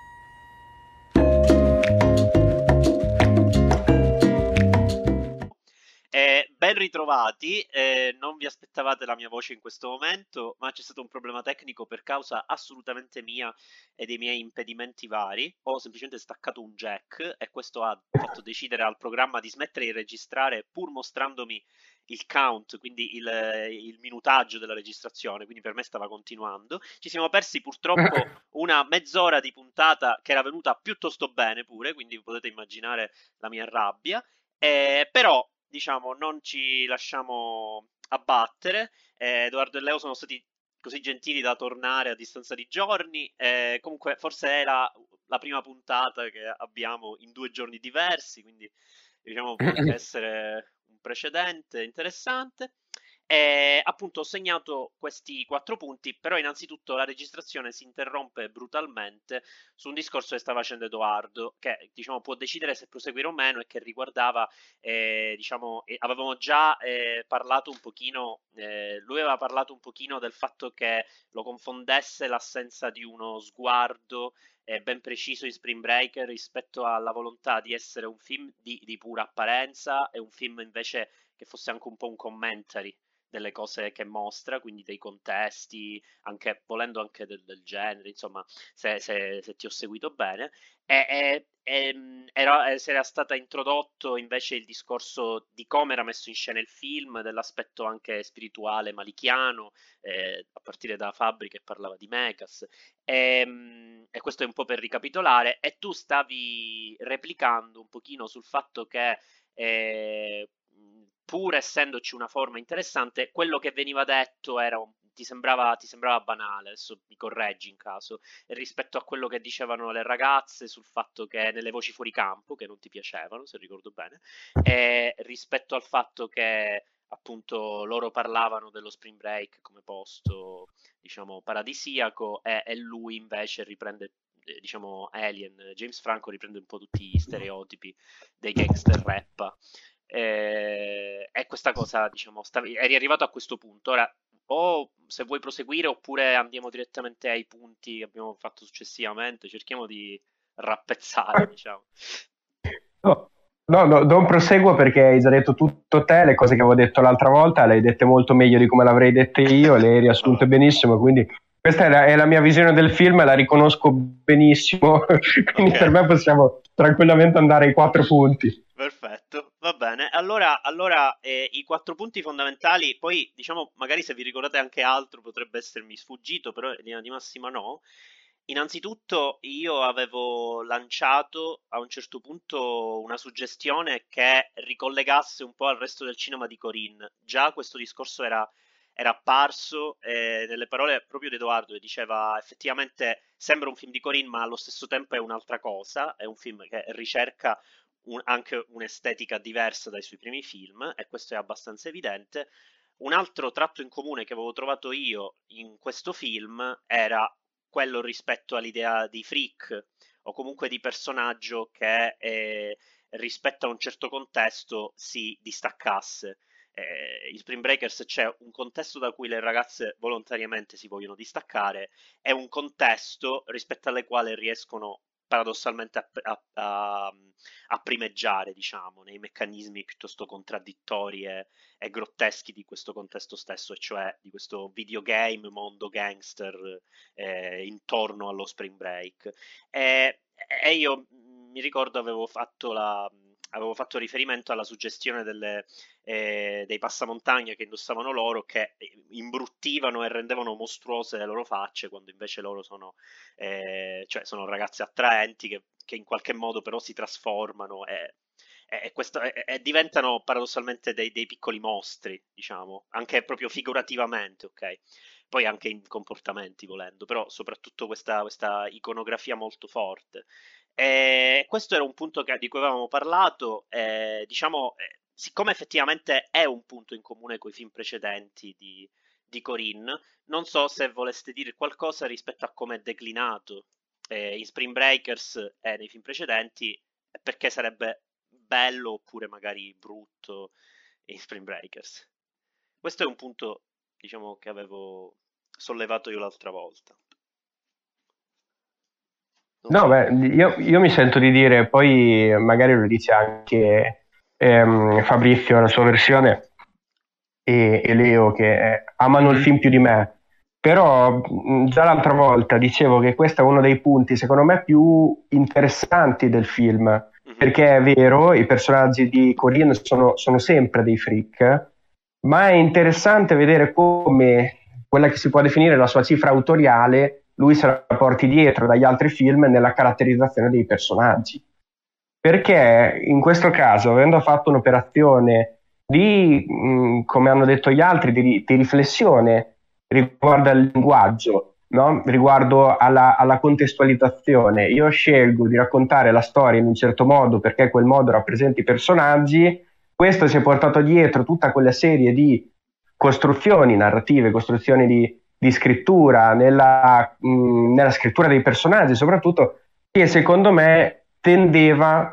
Ben ritrovati, non vi aspettavate la mia voce in questo momento, ma c'è stato un problema tecnico per causa assolutamente mia e dei miei impedimenti vari. Ho semplicemente staccato un jack e questo ha fatto decidere al programma di smettere di registrare pur mostrandomi il count, quindi il minutaggio della registrazione, quindi per me stava continuando. Ci siamo persi purtroppo una mezz'ora di puntata che era venuta piuttosto bene pure, quindi potete immaginare la mia rabbia. Però, diciamo, non ci lasciamo abbattere. Edoardo e Leo sono stati così gentili da tornare a distanza di giorni. Comunque, forse è la prima puntata che abbiamo in 2 giorni diversi, quindi diciamo può anche essere un precedente interessante. E appunto ho segnato questi 4 punti, però innanzitutto la registrazione si interrompe brutalmente su un discorso che sta facendo Edoardo, che diciamo può decidere se proseguire o meno, e che riguardava, diciamo, avevamo già parlato un pochino, lui aveva parlato un pochino del fatto che lo confondesse l'assenza di uno sguardo ben preciso in Spring Breaker rispetto alla volontà di essere un film di pura apparenza, e un film invece che fosse anche un po' un commentary delle cose che mostra, quindi dei contesti, anche volendo anche del genere, insomma, se ti ho seguito bene. Se era stata introdotto invece il discorso di come era messo in scena il film, dell'aspetto anche spirituale malichiano, a partire da Fabri che parlava di Mekas, e questo è un po' per ricapitolare, e tu stavi replicando un pochino sul fatto che pur essendoci una forma interessante, quello che veniva detto era ti sembrava banale, adesso mi correggi in caso, rispetto a quello che dicevano le ragazze sul fatto che nelle voci fuori campo, che non ti piacevano, se ricordo bene, e rispetto al fatto che appunto loro parlavano dello Spring Break come posto, diciamo, paradisiaco, e lui invece riprende, diciamo, Alien, James Franco riprende un po' tutti gli stereotipi dei gangster rap. E questa cosa, diciamo, eri arrivato a questo punto. Ora, o se vuoi proseguire, oppure andiamo direttamente ai punti che abbiamo fatto successivamente, cerchiamo di rappezzare, diciamo. No, non proseguo perché hai già detto tutto te, le cose che avevo detto l'altra volta le hai dette molto meglio di come l'avrei dette io, le hai riassunte benissimo, quindi questa è la mia visione del film, la riconosco benissimo, quindi per me possiamo tranquillamente andare ai 4 punti. Perfetto, va bene. Allora i 4 punti fondamentali, poi diciamo magari se vi ricordate anche altro potrebbe essermi sfuggito, però in linea di massima no. Innanzitutto io avevo lanciato a un certo punto una suggestione che ricollegasse un po' al resto del cinema di Corinne. Già questo discorso era apparso nelle parole proprio di Edoardo, che diceva effettivamente sembra un film di Corinne ma allo stesso tempo è un'altra cosa, è un film che ricerca anche un'estetica diversa dai suoi primi film, e questo è abbastanza evidente. Un altro tratto in comune che avevo trovato io in questo film era quello rispetto all'idea di freak, o comunque di personaggio che rispetto a un certo contesto si distaccasse. In Spring Breakers c'è un contesto da cui le ragazze volontariamente si vogliono distaccare, e un contesto rispetto alle quali riescono paradossalmente a primeggiare, diciamo, nei meccanismi piuttosto contraddittori e grotteschi di questo contesto stesso, e cioè di questo videogame mondo gangster intorno allo Spring Break. E io mi ricordo avevo fatto riferimento alla suggestione dei passamontagna che indossavano loro, che imbruttivano e rendevano mostruose le loro facce, quando invece loro sono ragazze attraenti che in qualche modo però si trasformano e diventano paradossalmente dei piccoli mostri, diciamo, anche proprio figurativamente, ok? Poi anche in comportamenti volendo, però soprattutto questa iconografia molto forte. E questo era un punto di cui avevamo parlato, diciamo, siccome effettivamente è un punto in comune con i film precedenti di Corinne, non so se voleste dire qualcosa rispetto a come è declinato in Spring Breakers e nei film precedenti, perché sarebbe bello oppure magari brutto in Spring Breakers. Questo è un punto, diciamo, che avevo sollevato io l'altra volta. No, beh, io mi sento di dire, poi magari lo dice anche Fabrizio, la sua versione, e Leo, che amano il film più di me, però già l'altra volta dicevo che questo è uno dei punti secondo me più interessanti del film, perché è vero, i personaggi di Corinne sono sempre dei freak, ma è interessante vedere come quella che si può definire la sua cifra autoriale lui se la porti dietro dagli altri film nella caratterizzazione dei personaggi, perché in questo caso, avendo fatto un'operazione di, come hanno detto gli altri, di riflessione riguardo al linguaggio, no? Riguardo alla contestualizzazione, io scelgo di raccontare la storia in un certo modo perché quel modo rappresenta i personaggi. Questo si è portato dietro tutta quella serie di costruzioni narrative, costruzioni di scrittura, nella scrittura dei personaggi soprattutto, che secondo me tende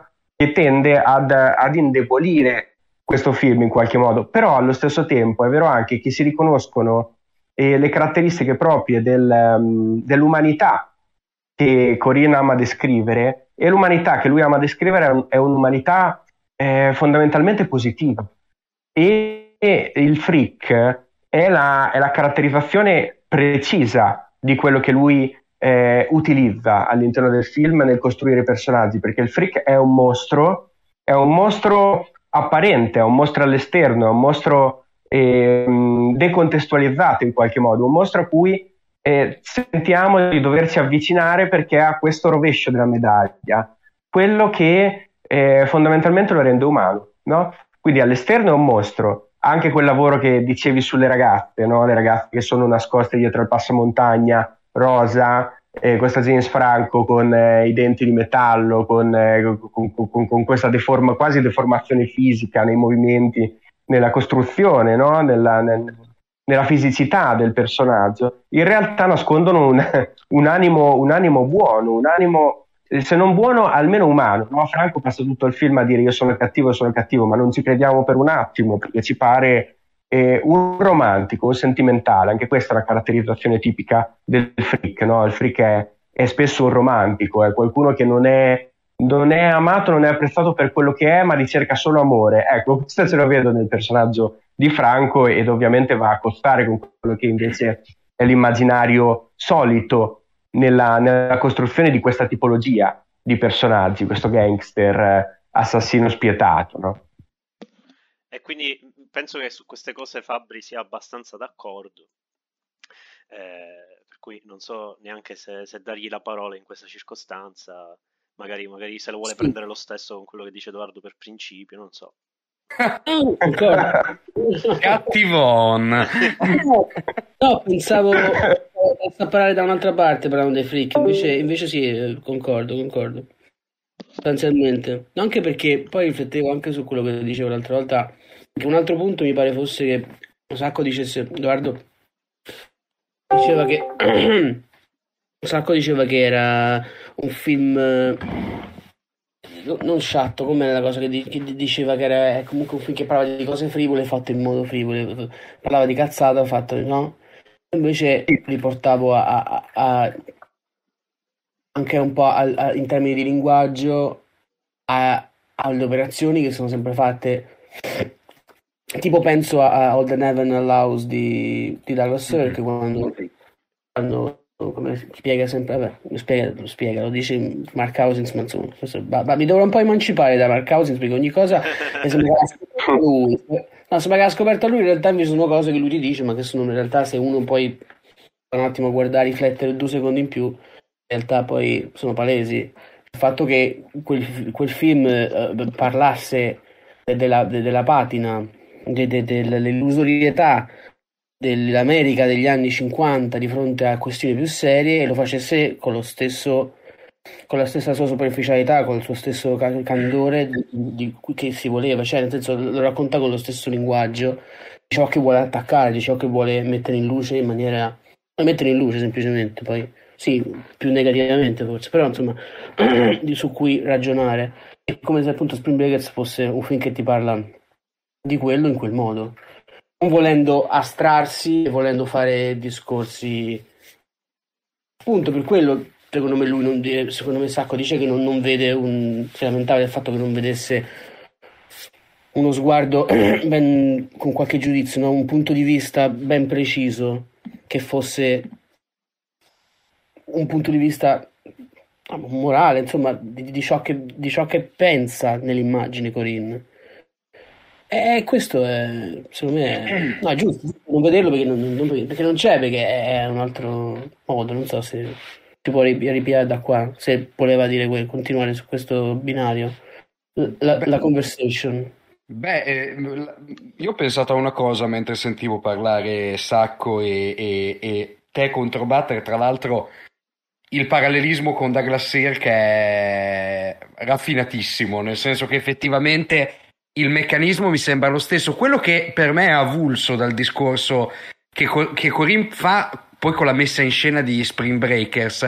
ad indebolire questo film in qualche modo. Però allo stesso tempo è vero anche che si riconoscono le caratteristiche proprie dell'umanità che Corinne ama descrivere, e l'umanità che lui ama descrivere è un'umanità fondamentalmente positiva, e il freak è la caratterizzazione precisa di quello che lui utilizza all'interno del film nel costruire i personaggi, perché il freak è un mostro apparente, è un mostro all'esterno, è un mostro decontestualizzato in qualche modo, un mostro a cui sentiamo di doverci avvicinare perché ha questo rovescio della medaglia, quello che fondamentalmente lo rende umano, no? Quindi all'esterno è un mostro, anche quel lavoro che dicevi sulle ragazze, no? Le ragazze che sono nascoste dietro al passamontagna rosa, questa James Franco con i denti di metallo, con questa quasi deformazione fisica nei movimenti, nella costruzione, no? Nella fisicità del personaggio, in realtà nascondono un animo buono, un animo, se non buono, almeno umano, no? Franco passa tutto il film a dire io sono cattivo, ma non ci crediamo per un attimo, perché ci pare un romantico, un sentimentale. Anche questa è una caratterizzazione tipica del freak, no? Il freak è spesso un romantico, è qualcuno che non è amato, non è apprezzato per quello che è, ma ricerca solo amore. Ecco, questo ce lo vedo nel personaggio di Franco, ed ovviamente va a costare con quello che invece è l'immaginario solito nella costruzione di questa tipologia di personaggi, questo gangster assassino spietato, no? E quindi penso che su queste cose Fabbri sia abbastanza d'accordo, per cui non so neanche se dargli la parola in questa circostanza. Magari se lo vuole prendere lo stesso con quello che dice Edoardo per principio, non so. Cattivon. No, pensavo a parlare da un'altra parte, parlando dei freak, invece sì, concordo sostanzialmente, anche perché poi riflettevo anche su quello che dicevo l'altra volta, che un altro punto mi pare fosse che Sacco dicesse, Edoardo diceva che Sacco diceva che era un film non sciatto, come la cosa che diceva che era comunque un film che parlava di cose frivole fatte in modo frivolo, parlava di cazzata fatto, no? Invece li portavo anche un po' in termini di linguaggio alle operazioni che sono sempre fatte, tipo penso a All the Heaven Allows di Douglas Sirk, quando come spiega sempre, vabbè, lo spiega, lo dice Mark Cousins, ma insomma, mi dovrò un po' emancipare da Mark Cousins, perché ogni cosa sembra che ha scoperto lui, in realtà invece sono cose che lui ti dice, ma che sono in realtà, se uno poi un attimo guarda, riflettere 2 secondi in più, in realtà poi sono palesi. Il fatto che quel film parlasse della patina, dell'illusorietà dell'America degli anni 50 di fronte a questioni più serie, e lo facesse con la stessa sua superficialità, con il suo stesso candore che si voleva, cioè nel senso lo racconta con lo stesso linguaggio di ciò che vuole attaccare, di ciò che vuole mettere in luce in maniera, mettere in luce semplicemente, poi sì, più negativamente forse, però insomma su cui ragionare. È come se appunto Spring Breakers fosse un film che ti parla di quello in quel modo, non volendo astrarsi, volendo fare discorsi, appunto per quello secondo me lui secondo me Sacco dice che non vede si lamentava del fatto che non vedesse uno sguardo con qualche giudizio, no? Un punto di vista ben preciso, che fosse un punto di vista morale, insomma, di ciò che pensa nell'immagine Corinne. E questo è, secondo me, no, è giusto non vederlo perché non c'è, perché è un altro modo, non so se si può ripiare da qua, se voleva dire continuare su questo binario, la conversation. Io ho pensato a una cosa mentre sentivo parlare Sacco e te controbattere, tra l'altro il parallelismo con Douglas Sirk è raffinatissimo, nel senso che effettivamente il meccanismo mi sembra lo stesso. Quello che per me è avulso dal discorso che Corinne fa poi con la messa in scena di Spring Breakers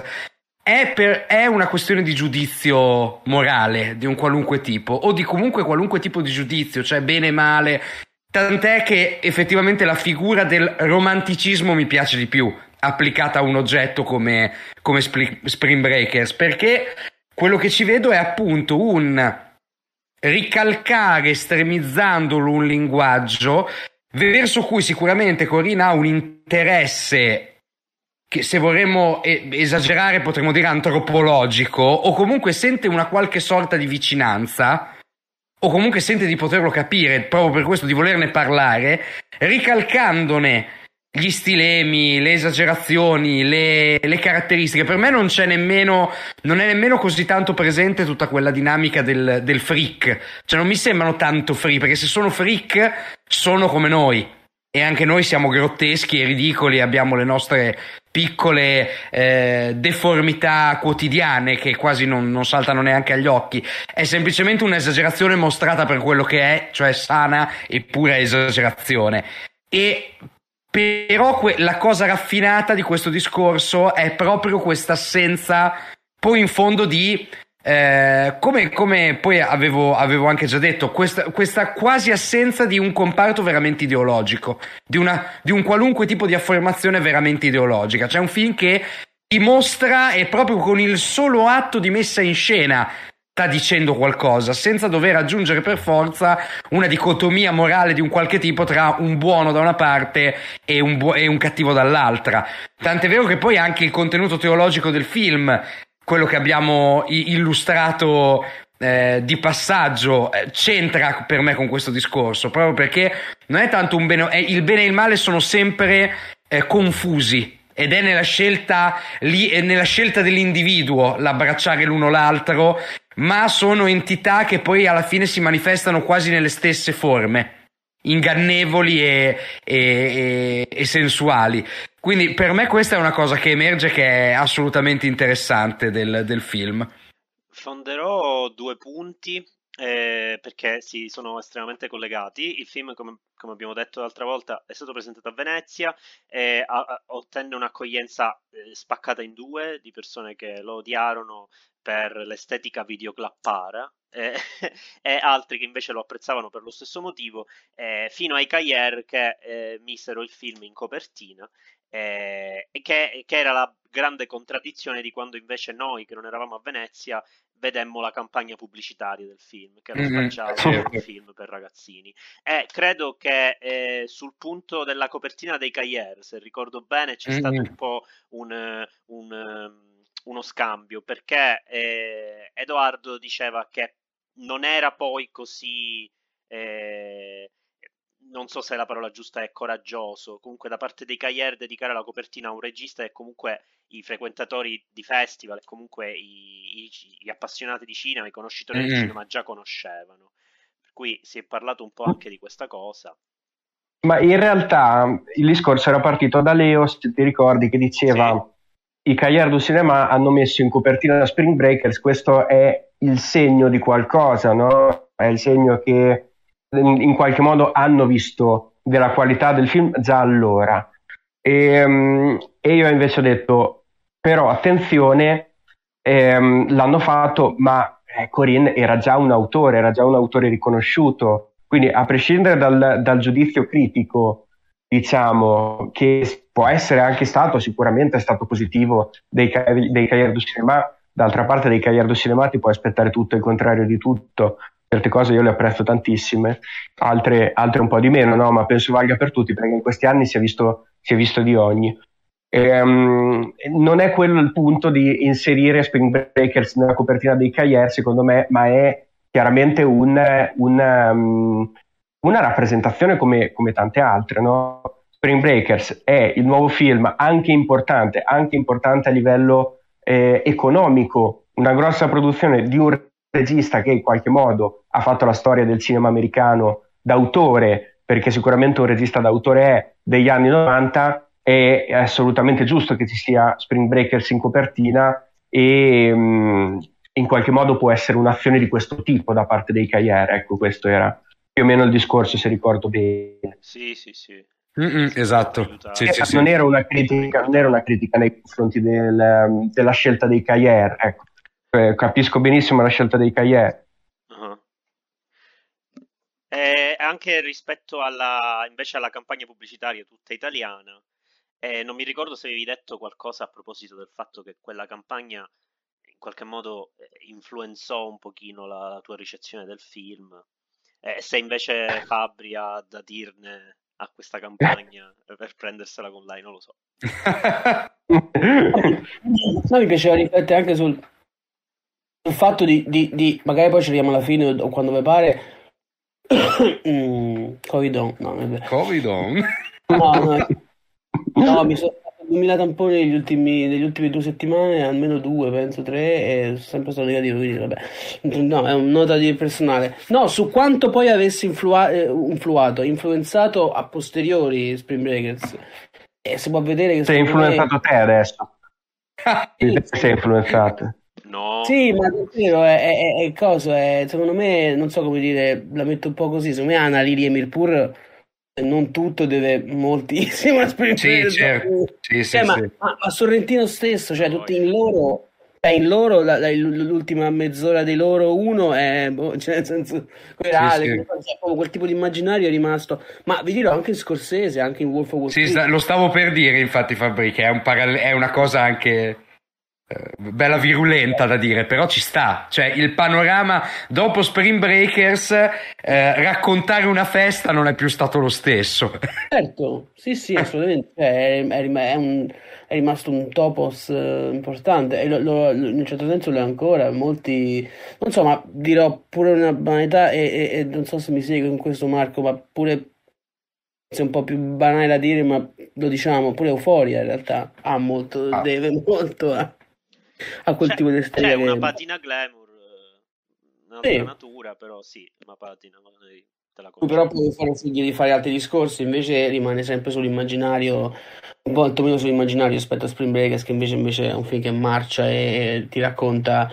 è una questione di giudizio morale di un qualunque tipo, o di comunque qualunque tipo di giudizio, cioè bene e male, tant'è che effettivamente la figura del romanticismo mi piace di più applicata a un oggetto come Spring Breakers, perché quello che ci vedo è appunto un ricalcare, estremizzandolo, un linguaggio verso cui sicuramente Corinne ha un interesse che, se vorremmo esagerare, potremmo dire antropologico, o comunque sente una qualche sorta di vicinanza, o comunque sente di poterlo capire, proprio per questo di volerne parlare, ricalcandone gli stilemi, le esagerazioni, le caratteristiche. Per me non è nemmeno così tanto presente tutta quella dinamica del freak, cioè non mi sembrano tanto freak, perché se sono freak sono come noi, e anche noi siamo grotteschi e ridicoli, abbiamo le nostre piccole deformità quotidiane che quasi non saltano neanche agli occhi. È semplicemente un'esagerazione mostrata per quello che è, cioè sana e pura esagerazione. E però la cosa raffinata di questo discorso è proprio questa assenza, poi in fondo di come poi avevo anche già detto, questa quasi assenza di un comparto veramente ideologico, di un qualunque tipo di affermazione veramente ideologica. C'è un film che dimostra, e proprio con il solo atto di messa in scena sta dicendo qualcosa, senza dover aggiungere per forza una dicotomia morale di un qualche tipo tra un buono da una parte e un cattivo dall'altra. Tant'è vero che poi anche il contenuto teologico del film, quello che abbiamo illustrato di passaggio, c'entra per me con questo discorso, proprio perché non è tanto il bene e il male sono sempre confusi, ed è nella scelta dell'individuo l'abbracciare l'uno l'altro, ma sono entità che poi alla fine si manifestano quasi nelle stesse forme, ingannevoli e sensuali. Quindi per me questa è una cosa che emerge, che è assolutamente interessante del film. Fonderò due punti perché si sono estremamente collegati. Il film, come abbiamo detto l'altra volta, è stato presentato a Venezia e ottenne un'accoglienza spaccata in due, di persone che lo odiarono per l'estetica videoclappara e altri che invece lo apprezzavano per lo stesso motivo, fino ai Cahiers che misero il film in copertina. E che era la grande contraddizione di quando invece noi, che non eravamo a Venezia, vedemmo la campagna pubblicitaria del film, che lo spacciava un film per ragazzini. E credo che sul punto della copertina dei Cahiers, se ricordo bene, c'è stato un po' uno scambio, perché Edoardo diceva che non era poi così... non so se la parola giusta è coraggioso, comunque da parte dei Cahiers dedicare la copertina a un regista che comunque i frequentatori di festival e comunque i appassionati di cinema, i conoscitori del cinema già conoscevano, per cui si è parlato un po' anche di questa cosa. Ma in realtà il discorso era partito da Leo, se ti ricordi, che diceva i Cahiers du Cinéma hanno messo in copertina Spring Breakers, questo è il segno di qualcosa, no? È il segno che in qualche modo hanno visto della qualità del film già allora, e io invece ho detto però attenzione, l'hanno fatto, ma Corinne era già un autore riconosciuto, quindi a prescindere dal giudizio critico, diciamo, che può essere anche stato, sicuramente è stato positivo dei Cahiers du Cinéma, d'altra parte dei Cahiers du Cinéma ti puoi aspettare tutto e il contrario di tutto. Certe cose io le apprezzo tantissime, altre un po' di meno, no? Ma penso valga per tutti, perché in questi anni si è visto di ogni. Non è quello il punto di inserire Spring Breakers nella copertina dei Cahiers, secondo me, ma è chiaramente una rappresentazione come tante altre, no? Spring Breakers è il nuovo film anche importante a livello economico, una grossa produzione di un regista che in qualche modo ha fatto la storia del cinema americano d'autore, perché sicuramente un regista d'autore è degli anni 90, è assolutamente giusto che ci sia Spring Breakers in copertina, e in qualche modo può essere un'azione di questo tipo da parte dei Cahiers, ecco, questo era più o meno il discorso, se ricordo bene. Sì. Esatto. Sì. Non era una critica nei confronti della scelta dei Cahiers, ecco. Capisco benissimo la scelta dei Cahiers. Uh-huh. Anche rispetto invece alla campagna pubblicitaria tutta italiana, non mi ricordo se avevi detto qualcosa a proposito del fatto che quella campagna in qualche modo influenzò un pochino la tua ricezione del film, se invece Fabri ha da dirne a questa campagna per prendersela con lei, non lo so. No, mi piaceva riflettere anche sul fatto di magari poi ci arriviamo alla fine o quando vi pare. Covid-on, no, Covid-on? No, mi sono fatto 2000 tamponi negli ultimi 2 settimane, almeno 2, penso 3, e sono sempre stato negativo, quindi vabbè. No, è un nota di personale. No, su quanto poi avessi influenzato a posteriori Spring Breakers. Si può vedere che sei influenzato te adesso. Sei influenzato. No. Sì, ma davvero è cosa, secondo me, non so come dire, la metto un po' così, secondo me Anna, Lili e Mirpur non tutto deve moltissimo esprimere. Sì, certo. Sì. Ma Sorrentino stesso, cioè tutti in loro, l'ultima mezz'ora dei loro uno è, cioè, nel senso, quel tipo di immaginario è rimasto. Ma vi dirò anche in Scorsese, anche in Wolf of Wall Street. Sì, lo stavo per dire, infatti, Fabri, che è una cosa anche bella virulenta da dire, però ci sta, cioè il panorama dopo Spring Breakers, raccontare una festa non è più stato lo stesso. Certo, sì, assolutamente, è rimasto un topos importante, e in un certo senso lo è ancora. Molti, non so, ma dirò pure una banalità, e non so se mi segui con questo, Marco, ma pure se è un po' più banale da dire, ma lo diciamo, pure Euphoria in realtà deve molto a quel tipo di storia. C'è una patina glamour, un'altra natura, però sì, una patina, te la concedo. Però puoi fare figli di fare altri discorsi, invece rimane sempre sull'immaginario, un po' meno sull'immaginario rispetto a Spring Breakers, che invece è un film che marcia e ti racconta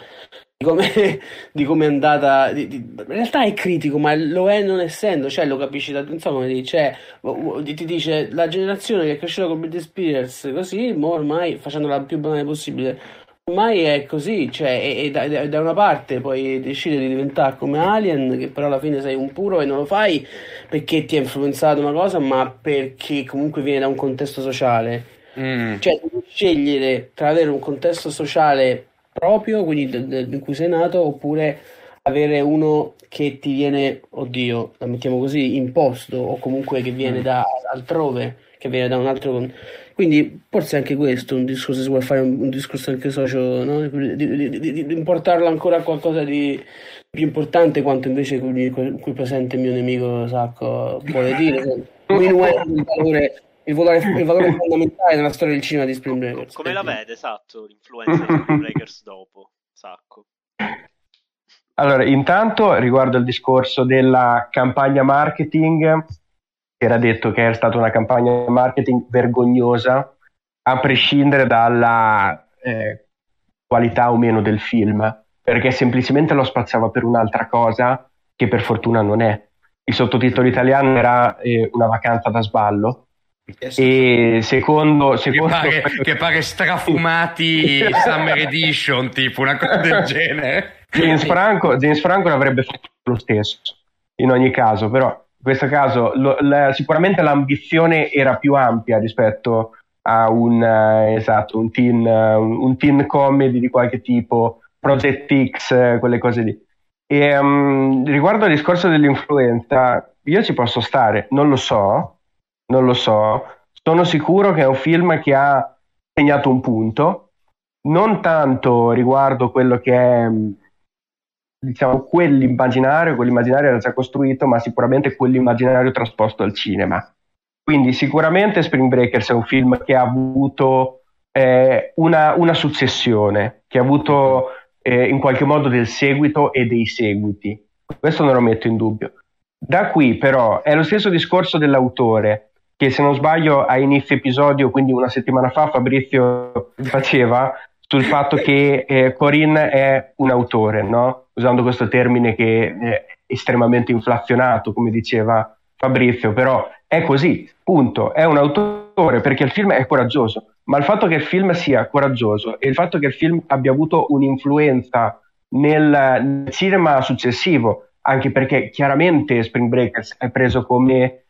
di come è andata. In realtà è critico, ma lo è non essendo, cioè lo capisci non so come dice, ti dice la generazione che è cresciuta con Britney Spears così, ormai, facendola più banale possibile, ormai è così, cioè, e da una parte poi decidi di diventare come Alien, che però alla fine sei un puro e non lo fai perché ti ha influenzato una cosa, ma perché comunque viene da un contesto sociale. Cioè devi scegliere tra avere un contesto sociale proprio, quindi in cui sei nato, oppure avere uno che ti viene, oddio, la mettiamo così, imposto, o comunque che viene da altrove, che viene da un altro. Quindi forse anche questo un discorso, se vuole fare un discorso anche socio, no? di importarlo ancora a qualcosa di più importante, quanto invece qui presente il mio nemico Sacco vuole dire. Il valore fondamentale nella storia del cinema di Spring Breakers. Come la vede, esatto, l'influenza di Spring Breakers dopo, Sacco? Allora, intanto riguardo il discorso della campagna marketing, era detto che era stata una campagna marketing vergognosa, a prescindere dalla qualità o meno del film, perché semplicemente lo spazzava per un'altra cosa che per fortuna non è. Il sottotitolo italiano era Una vacanza da sballo, e secondo che pare strafumati Summer Edition, tipo una cosa del genere. James Franco l'avrebbe fatto lo stesso in ogni caso, però in questo caso sicuramente l'ambizione era più ampia rispetto a un teen comedy di qualche tipo, Project X, quelle cose lì. E riguardo al discorso dell'influenza, io ci posso stare, non lo so, sono sicuro che è un film che ha segnato un punto, non tanto riguardo quello che è, diciamo, quell'immaginario era già costruito, ma sicuramente quell'immaginario trasposto al cinema. Quindi sicuramente Spring Breakers è un film che ha avuto una successione, che ha avuto in qualche modo del seguito e dei seguiti, questo non lo metto in dubbio. Da qui però è lo stesso discorso dell'autore, che se non sbaglio a inizio episodio, quindi una settimana fa, Fabrizio faceva sul fatto che Corinne è un autore, no? Usando questo termine che è estremamente inflazionato, come diceva Fabrizio, però è così, punto. È un autore perché il film è coraggioso, ma il fatto che il film sia coraggioso e il fatto che il film abbia avuto un'influenza nel cinema successivo, anche perché chiaramente Spring Breakers è preso come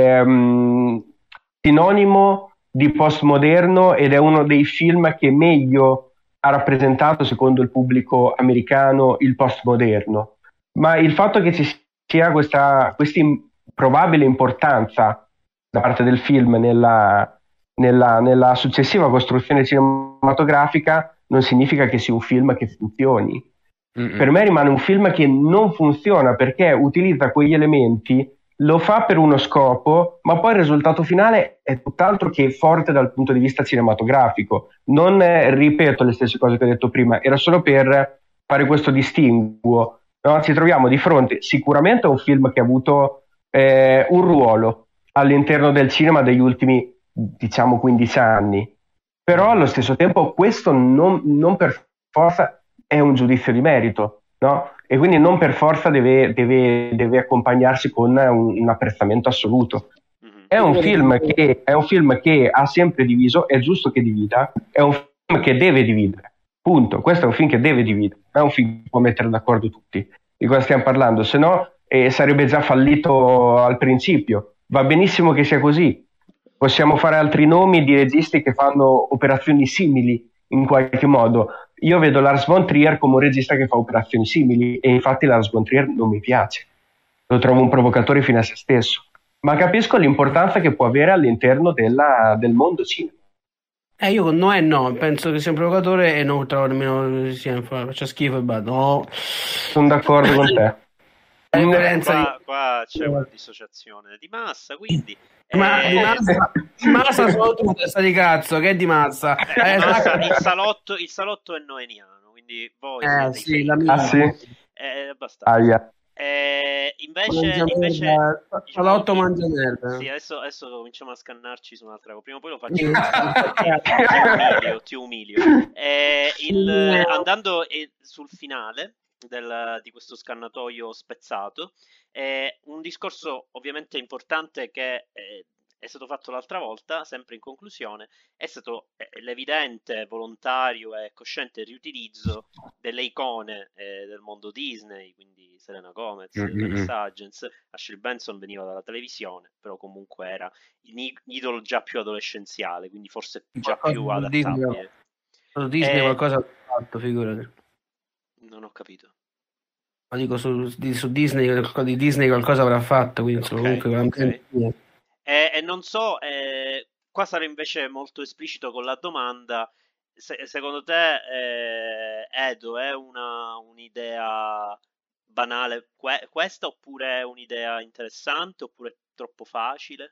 sinonimo di postmoderno ed è uno dei film che meglio ha rappresentato, secondo il pubblico americano, il postmoderno. Ma il fatto che ci sia questa improbabile importanza da parte del film nella successiva costruzione cinematografica non significa che sia un film che funzioni. Per me rimane un film che non funziona perché utilizza quegli elementi, lo fa per uno scopo, ma poi il risultato finale è tutt'altro che forte dal punto di vista cinematografico. Non ripeto le stesse cose che ho detto prima, era solo per fare questo distinguo. No? Ci troviamo di fronte sicuramente a un film che ha avuto un ruolo all'interno del cinema degli ultimi, diciamo, 15 anni, però allo stesso tempo questo non per forza è un giudizio di merito, no? E quindi non per forza deve accompagnarsi con un apprezzamento assoluto. È un film che ha sempre diviso, è giusto che divida, è un film che deve dividere, punto. Questo è un film che deve dividere, è un film che può mettere d'accordo tutti. Di cosa stiamo parlando? Se no sarebbe già fallito al principio. Va benissimo che sia così. Possiamo fare altri nomi di registi che fanno operazioni simili in qualche modo. Io vedo Lars von Trier come un regista che fa operazioni simili e infatti Lars von Trier non mi piace, lo trovo un provocatore fine a se stesso, ma capisco l'importanza che può avere all'interno del mondo cinema. Io con Noè no, penso che sia un provocatore e non trovo nemmeno faccia schifo e basta. No. Sono d'accordo con te. Qua c'è una dissociazione di massa, quindi di massa sono tu, testa di cazzo, che è di massa? Il salotto è noeniano, quindi voi sì, la mia abbastanza. Invece salotto mangia merda. Sì, adesso cominciamo a scannarci su un'altra cosa. Prima o poi lo faccio. Ti umilio. Andando sul finale di questo scannatoio spezzato, un discorso ovviamente importante che è stato fatto l'altra volta, sempre in conclusione, è stato l'evidente, volontario e cosciente riutilizzo delle icone del mondo Disney, quindi Selena Gomez, Vanessa Hudgens. Ashley Benson veniva dalla televisione, però comunque era un idolo già più adolescenziale, quindi forse già più adattabile. Disney qualcosa ha fatto, figurati. Non ho capito. Ma dico su Disney, di Disney qualcosa avrà fatto, quindi comunque e non so, qua sarò invece molto esplicito con la domanda. Secondo te, Edo, è un'idea banale questa, oppure è un'idea interessante, oppure è troppo facile?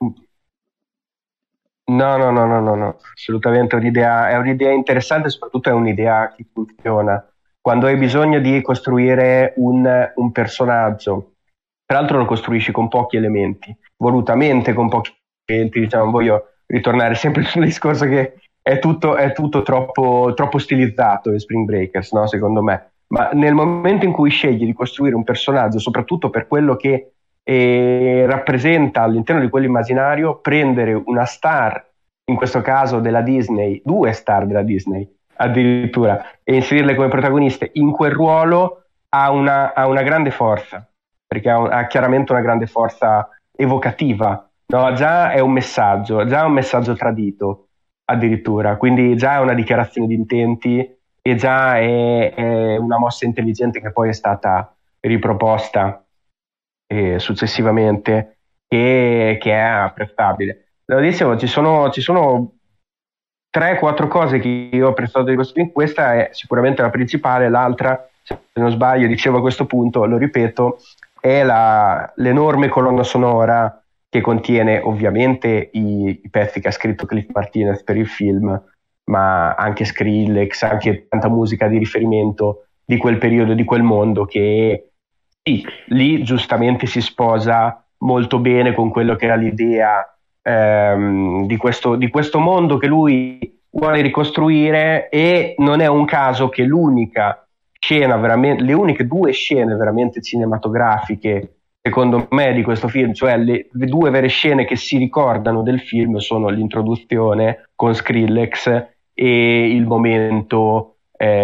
No, assolutamente è un'idea interessante, soprattutto è un'idea che funziona. Quando hai bisogno di costruire un personaggio, tra l'altro lo costruisci con pochi elementi, volutamente con pochi elementi, diciamo, voglio ritornare sempre sul discorso che è tutto troppo stilizzato in Spring Breakers, no? Secondo me. Ma nel momento in cui scegli di costruire un personaggio, soprattutto per quello che rappresenta all'interno di quell'immaginario, prendere una star, in questo caso della Disney, 2 star della Disney addirittura, e inserirle come protagoniste in quel ruolo ha una grande forza, perché ha chiaramente una grande forza evocativa, no? Già è un messaggio tradito addirittura, quindi già è una dichiarazione di intenti e già è una mossa intelligente che poi è stata riproposta successivamente, che è apprezzabile. Lo dicevo, ci sono 3-4 cose che io ho apprezzato di questo film. Questa è sicuramente la principale. L'altra, se non sbaglio, dicevo a questo punto, lo ripeto, è l'enorme colonna sonora che contiene ovviamente i pezzi che ha scritto Cliff Martinez per il film, ma anche Skrillex, anche tanta musica di riferimento di quel periodo, di quel mondo, che sì, lì giustamente si sposa molto bene con quello che era l'idea di questo mondo che lui vuole ricostruire, e non è un caso che l'unica scena veramente, le uniche 2 scene veramente cinematografiche secondo me di questo film, cioè le 2 vere scene che si ricordano del film, sono l'introduzione con Skrillex e il momento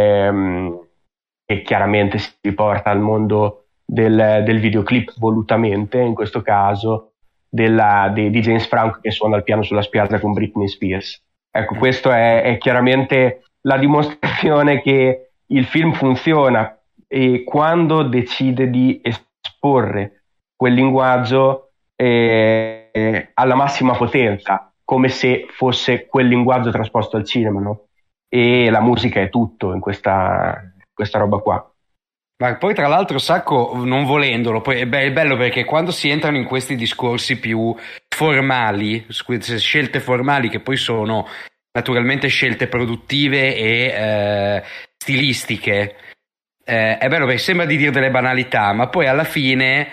che chiaramente si porta al mondo del videoclip volutamente, in questo caso di James Franco che suona il piano sulla spiaggia con Britney Spears. Ecco, questo è chiaramente la dimostrazione che il film funziona, e quando decide di esporre quel linguaggio alla massima potenza, come se fosse quel linguaggio trasposto al cinema, no? E la musica è tutto in questa roba qua. Ma poi tra l'altro, Sacco, non volendolo, poi è bello perché quando si entrano in questi discorsi più formali, scelte formali che poi sono naturalmente scelte produttive e stilistiche, è bello perché sembra di dire delle banalità, ma poi alla fine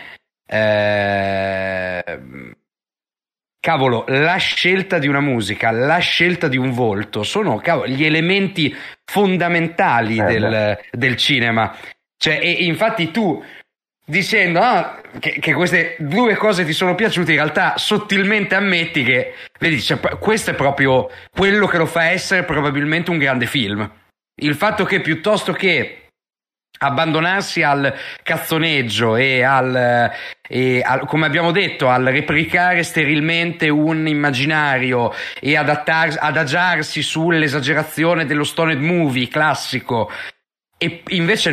cavolo, la scelta di una musica, la scelta di un volto sono gli elementi fondamentali del cinema. Cioè, e infatti tu, dicendo che queste 2 cose ti sono piaciute, in realtà sottilmente ammetti che, vedi, cioè, questo è proprio quello che lo fa essere probabilmente un grande film. Il fatto che piuttosto che abbandonarsi al cazzoneggio e al, come abbiamo detto, al replicare sterilmente un immaginario e adagiarsi sull'esagerazione dello stoned movie classico, e invece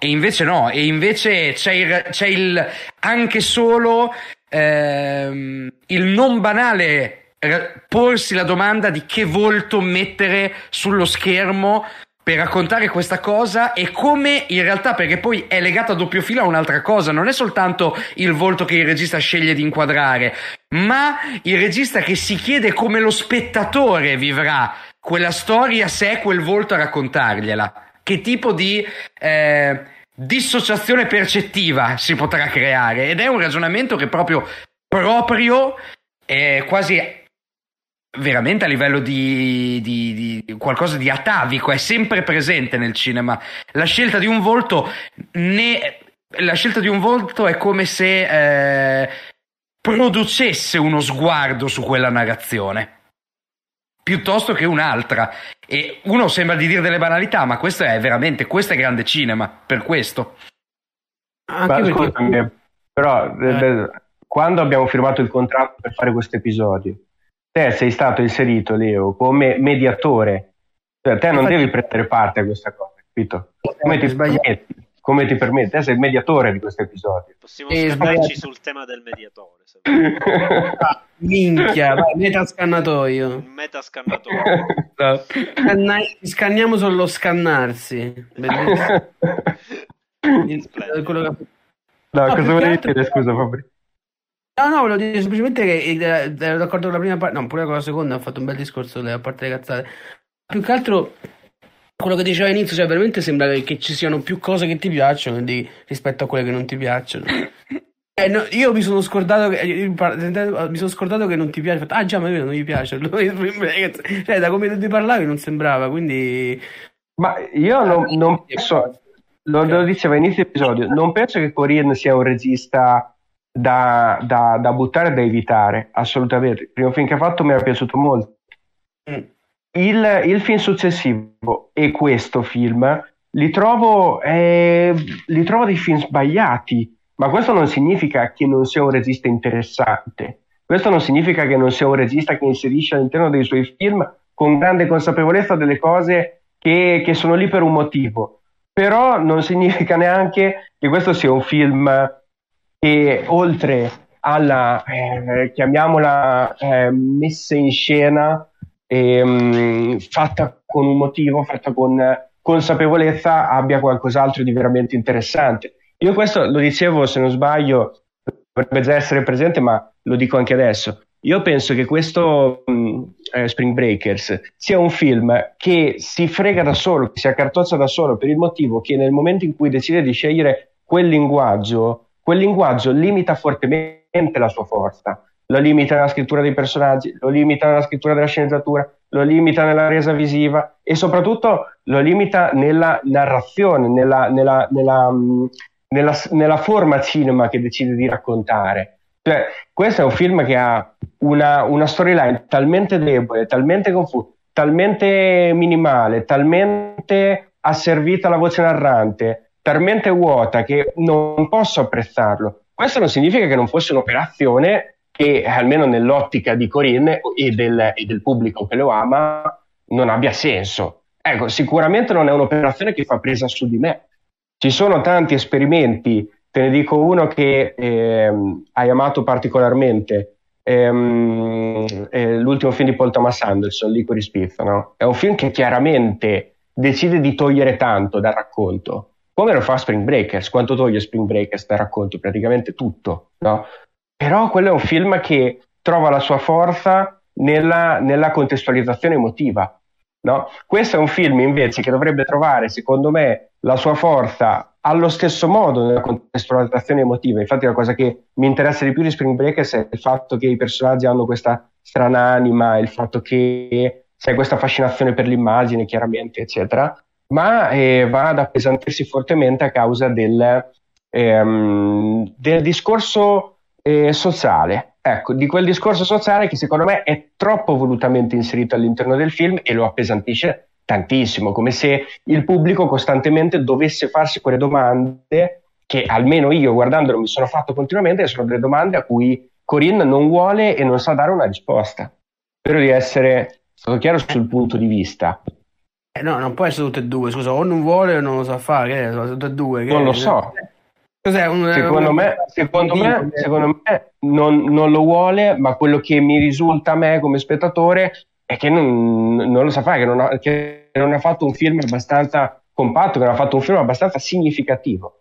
c'è il anche solo il non banale porsi la domanda di che volto mettere sullo schermo per raccontare questa cosa, e come in realtà, perché poi è legato a doppio filo a un'altra cosa, non è soltanto il volto che il regista sceglie di inquadrare, ma il regista che si chiede come lo spettatore vivrà quella storia se è quel volto a raccontargliela. Che tipo di dissociazione percettiva si potrà creare, ed è un ragionamento che proprio quasi veramente a livello di qualcosa di atavico è sempre presente nel cinema. La scelta di un volto è come se producesse uno sguardo su quella narrazione piuttosto che un'altra, e uno sembra di dire delle banalità, ma questo è grande cinema, per questo. Anche perché... Scusami, però quando abbiamo firmato il contratto per fare questo episodio, te sei stato inserito, Leo, come mediatore, cioè te non devi prendere parte a questa cosa, capito? Come ti permetti? Te sei il mediatore di questo episodio. Possiamo scannarci sul tema del mediatore. Minchia, vai, metascannatoio. Un metascannatoio. Scanniamo sullo scannarsi. Bellissimo. Cosa volevi dire? Scusa, Fabri. No, volevo dire semplicemente che ero d'accordo con la prima parte, no, pure con la seconda, ho fatto un bel discorso a parte le cazzate. Più che altro quello che diceva all'inizio, cioè veramente sembra che ci siano più cose che ti piacciono rispetto a quelle che non ti piacciono. No, io mi sono scordato che non ti piace. Ah già, ma io non gli piace. Cioè, da come ti parlavi non sembrava, quindi... Ma io non penso, lo dicevo all'inizio episodio, non penso che Corinne sia un regista da buttare e da evitare, assolutamente. Il primo film che ha fatto mi era piaciuto molto. Il film successivo e questo film li trovo dei film sbagliati, ma questo non significa che non sia un regista interessante, questo non significa che non sia un regista che inserisce all'interno dei suoi film con grande consapevolezza delle cose che sono lì per un motivo, però non significa neanche che questo sia un film che, oltre alla chiamiamola messa in scena fatta con un motivo, fatta con consapevolezza, abbia qualcos'altro di veramente interessante. Io questo lo dicevo, se non sbaglio, dovrebbe già essere presente, ma lo dico anche adesso. Io penso che questo Spring Breakers sia un film che si frega da solo, che si accartoccia da solo, per il motivo che nel momento in cui decide di scegliere quel linguaggio limita fortemente la sua forza, lo limita nella scrittura dei personaggi, lo limita nella scrittura della sceneggiatura, lo limita nella resa visiva e soprattutto lo limita nella narrazione, nella forma cinema che decide di raccontare. Cioè, questo è un film che ha una storyline talmente debole, talmente confusa, talmente minimale, talmente asservita alla voce narrante, talmente vuota che non posso apprezzarlo. Questo non significa che non fosse un'operazione che, almeno nell'ottica di Corinne e del pubblico che lo ama, non abbia senso. Ecco, sicuramente non è un'operazione che fa presa su di me. Ci sono tanti esperimenti, te ne dico uno che hai amato particolarmente, l'ultimo film di Paul Thomas Anderson, Licorice Pizza, no? È un film che chiaramente decide di togliere tanto dal racconto, come lo fa Spring Breakers. Quanto toglie Spring Breakers dal racconto? Praticamente tutto, no? Però quello è un film che trova la sua forza nella contestualizzazione emotiva, no? Questo è un film invece che dovrebbe trovare, secondo me, la sua forza allo stesso modo nella contestualizzazione emotiva. Infatti la cosa che mi interessa di più di Spring Breakers è il fatto che i personaggi hanno questa strana anima, il fatto che c'è questa fascinazione per l'immagine, chiaramente, eccetera, ma va ad appesantirsi fortemente a causa del discorso sociale. Ecco, di quel discorso sociale che secondo me è troppo volutamente inserito all'interno del film e lo appesantisce tantissimo, come se il pubblico costantemente dovesse farsi quelle domande che almeno io guardandolo mi sono fatto continuamente, e sono delle domande a cui Corinne non vuole e non sa dare una risposta. Spero di essere stato chiaro sul punto di vista. No, non può essere tutte e due, scusa, o non vuole o non lo sa fare, che sono tutte e due. Non lo so. Cos'è? Secondo me non lo vuole, ma quello che mi risulta a me come spettatore è che non lo sa fare, che non ha fatto un film abbastanza compatto, che non ha fatto un film abbastanza significativo.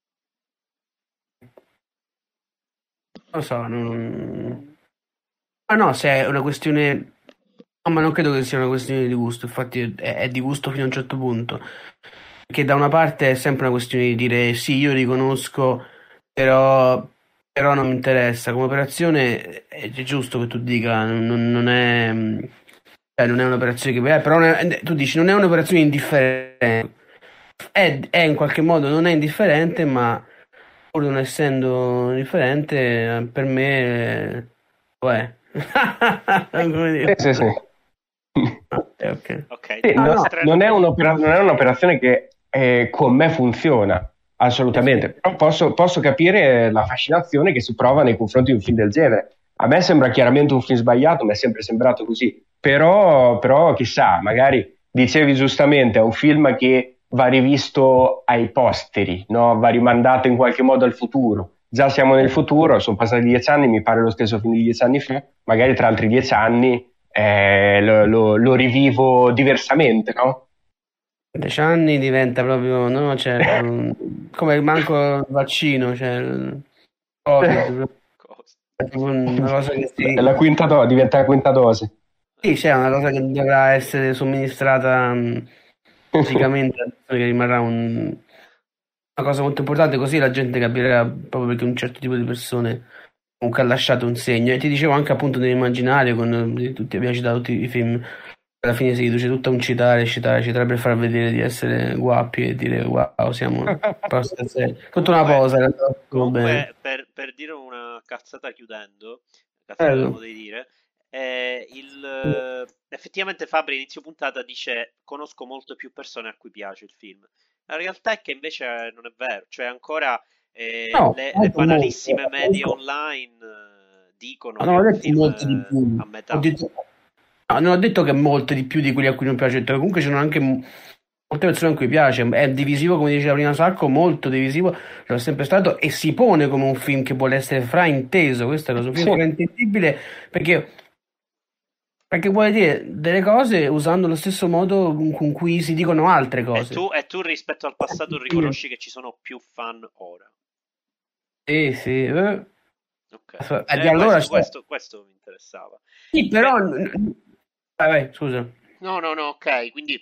Non lo so, non... Ah no, se è una questione... No, ma non credo che sia una questione di gusto, infatti è di gusto fino a un certo punto. Perché da una parte è sempre una questione di dire sì, io riconosco, però non mi interessa. Come operazione è giusto che tu dica, non è, non è un'operazione che... però tu dici non è un'operazione indifferente. È in qualche modo non è indifferente, ma pur non essendo indifferente, per me lo è. Come dire. Sì. Ok. Sì, non è un'operazione che con me funziona assolutamente, però posso capire la fascinazione che si prova nei confronti di un film del genere. A me sembra chiaramente un film sbagliato, mi è sempre sembrato così, però chissà, magari dicevi giustamente, è un film che va rivisto ai posteri, no? Va rimandato in qualche modo al futuro. Già siamo nel futuro, sono passati 10 anni, mi pare lo stesso film di 10 anni fa, magari tra altri 10 anni lo rivivo diversamente, no? 10 anni diventa proprio, no, cioè, come manco il vaccino, cioè, il Covid, è proprio una cosa che La diventa la quinta dose. sì, c'è una cosa che dovrà essere somministrata fisicamente, che rimarrà una cosa molto importante, così la gente capirà proprio perché un certo tipo di persone comunque ha lasciato un segno. E ti dicevo anche appunto nell'immaginario, abbiamo citato tutti i film, alla fine si riduce tutto a un citare per far vedere di essere guappi e dire wow, siamo tutta una posa. Comunque, per dire una cazzata chiudendo, potevi dire, effettivamente Fabri inizio puntata dice conosco molte più persone a cui piace il film. La realtà è che invece non è vero, cioè ancora le banalissime medie online dicono che è un film a metà. Non ho detto che molte di più di quelli a cui non piace, ho detto che comunque ci sono anche molte persone a cui piace, è divisivo come diceva prima Sacco, molto divisivo, lo è sempre stato e si pone come un film che vuole essere frainteso, questo è un film fraintendibile perché vuole dire delle cose usando lo stesso modo con cui si dicono altre cose. E tu rispetto al passato riconosci che ci sono più fan ora? Sì. Ok. Allora questo mi interessava. Sì, però... Vai, scusa. No, ok, quindi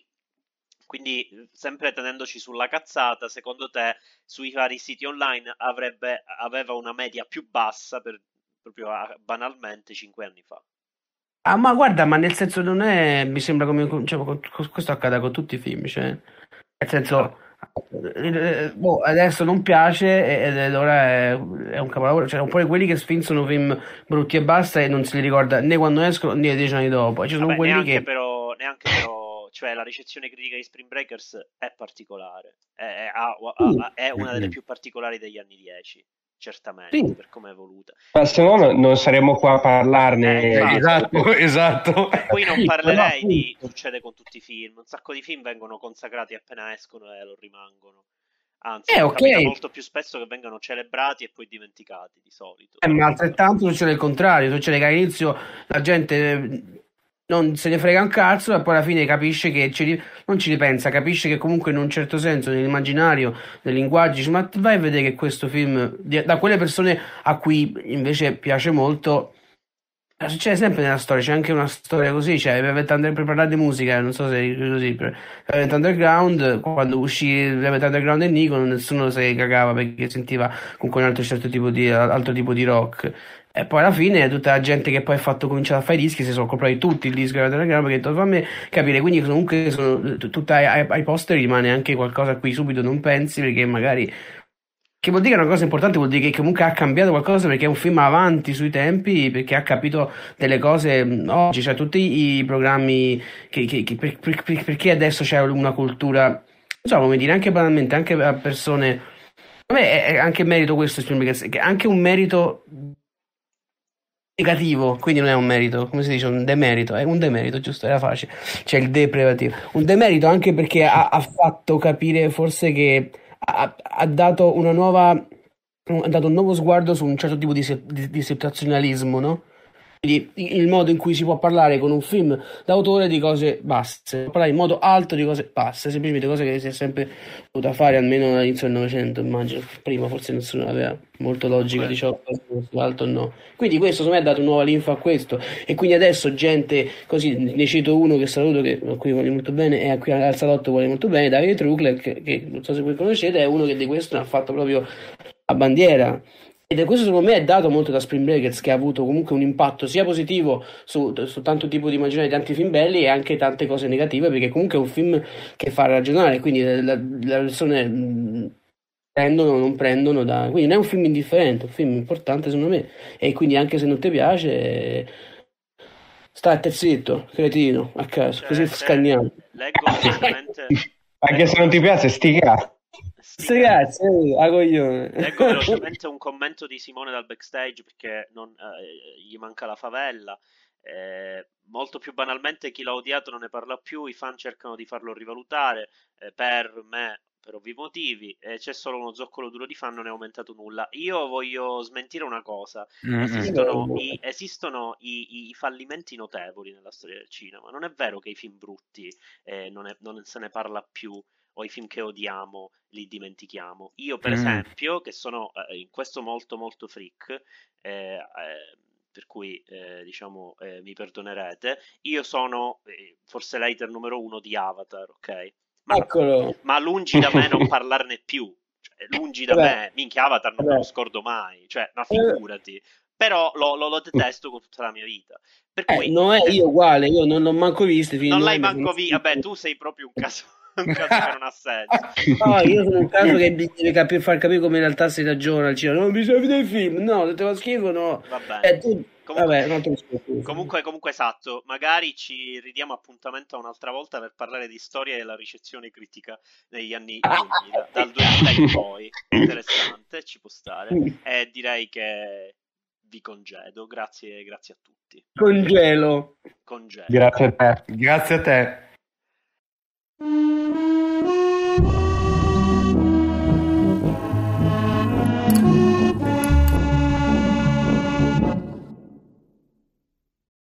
sempre tenendoci sulla cazzata, secondo te sui vari siti online aveva una media più bassa per proprio banalmente 5 anni fa. Ah, ma guarda, ma nel senso non è, mi sembra come, cioè, questo accada con tutti i film, cioè, nel senso, boh, adesso non piace ed allora è un capolavoro, cioè, un po' di quelli che spingono film brutti e basta e non se li ricorda né quando escono né 10 anni dopo, e ci sono Vabbè, quelli neanche che... però, cioè la ricezione critica di Spring Breakers è particolare, è una delle più particolari degli anni 10, certamente, Sì. per come è evoluta. Ma se no non saremmo qua a parlarne. Infatti. Esatto. E poi non Sì, parlerei però, di appunto. succede con tutti i film, un sacco di film vengono consacrati appena escono e lo rimangono. Anzi, Ok, capita molto più spesso che vengano celebrati e poi dimenticati di solito. ma altrettanto succede il contrario, succede che all'inizio la gente non se ne frega un cazzo e poi alla fine capisce che non ci ripensa, capisce che comunque in un certo senso nell'immaginario, nel linguaggio, dice, ma vai a vedere che questo film, da quelle persone a cui invece piace molto, succede sempre nella storia, c'è anche una storia così, cioè per parlare di musica, non so se è così, per Velvet Underground, quando uscì Velvet Underground e Nikon, nessuno si cagava perché sentiva comunque un altro tipo di rock. E poi alla fine tutta la gente che poi ha fatto cominciare a fare i dischi si sono comprati tutti il disco di Velvet Underground perché ha detto fammi capire, quindi comunque tutto ai poster rimane anche qualcosa a cui subito non pensi perché magari... Che vuol dire una cosa importante, vuol dire che comunque ha cambiato qualcosa perché è un film avanti sui tempi, perché ha capito delle cose oggi, cioè tutti i programmi perché adesso c'è una cultura, non so come dire, anche banalmente, anche a persone, a me è anche merito questo film, che è anche un merito negativo, quindi non è un merito, come si dice, un demerito, è un demerito, giusto, era facile, c'è il deprivativo, un demerito anche perché ha fatto capire forse che ha dato ha dato un nuovo sguardo su un certo tipo di situazionalismo, no? Quindi il modo in cui si può parlare con un film d'autore di cose basse, parlare in modo alto di cose basse, semplicemente cose che si è sempre potuta fare almeno all'inizio del Novecento, immagino. Prima forse nessuno aveva molto logica, diciamo, l'alto no. Quindi questo secondo me ha dato nuova linfa a questo e quindi adesso gente, così ne cito uno che saluto, che a cui voglio molto bene e a cui al salotto vuole molto bene, Davide Trukler, che non so se voi conoscete, è uno che di questo ne ha fatto proprio a bandiera. Ed è questo secondo me è dato molto da Spring Breakers, che ha avuto comunque un impatto sia positivo su tanto tipo di immaginario di tanti film belli e anche tante cose negative, perché comunque è un film che fa ragionare, quindi le persone prendono o non prendono quindi non è un film indifferente, è un film importante secondo me, e quindi anche se non ti piace, state zitto, cretino, a caso, così scanniamo. Leggo velocemente... Anche se non ti piace, sti cazzi. Sì, grazie, a coglione. Leggo velocemente un commento di Simone dal backstage perché gli manca la favella. Molto più banalmente, chi l'ha odiato non ne parla più, i fan cercano di farlo rivalutare. Per me, per ovvi motivi, c'è solo uno zoccolo duro di fan, non è aumentato nulla. Io voglio smentire una cosa: esistono i fallimenti notevoli nella storia del cinema. Non è vero che i film brutti non se ne parla più, o i film che odiamo li dimentichiamo. Io, per esempio, che sono in questo molto molto freak, per cui diciamo mi perdonerete, io sono forse l'hater numero uno di Avatar, ok? Eccolo. Ma lungi da me non parlarne più. Cioè, lungi da me, minchia, Avatar non me lo scordo mai, cioè, ma figurati. Però lo detesto con tutta la mia vita. Per cui, no, io uguale, io non l'ho manco visto. Non l'hai manco visto? Vabbè, tu sei proprio un caso che non ha senso. No, io sono un caso che deve far capire come in realtà si ragiona al cinema. Non bisogna vedere il film, no, se te lo schifo, no. Va bene. Comunque, esatto, magari ci ridiamo appuntamento un'altra volta per parlare di storia della ricezione critica negli anni 2000, dal 2000 in poi. Interessante, ci può stare. E direi che vi congedo. Grazie a tutti. Congelo. Grazie a te. Grazie a te.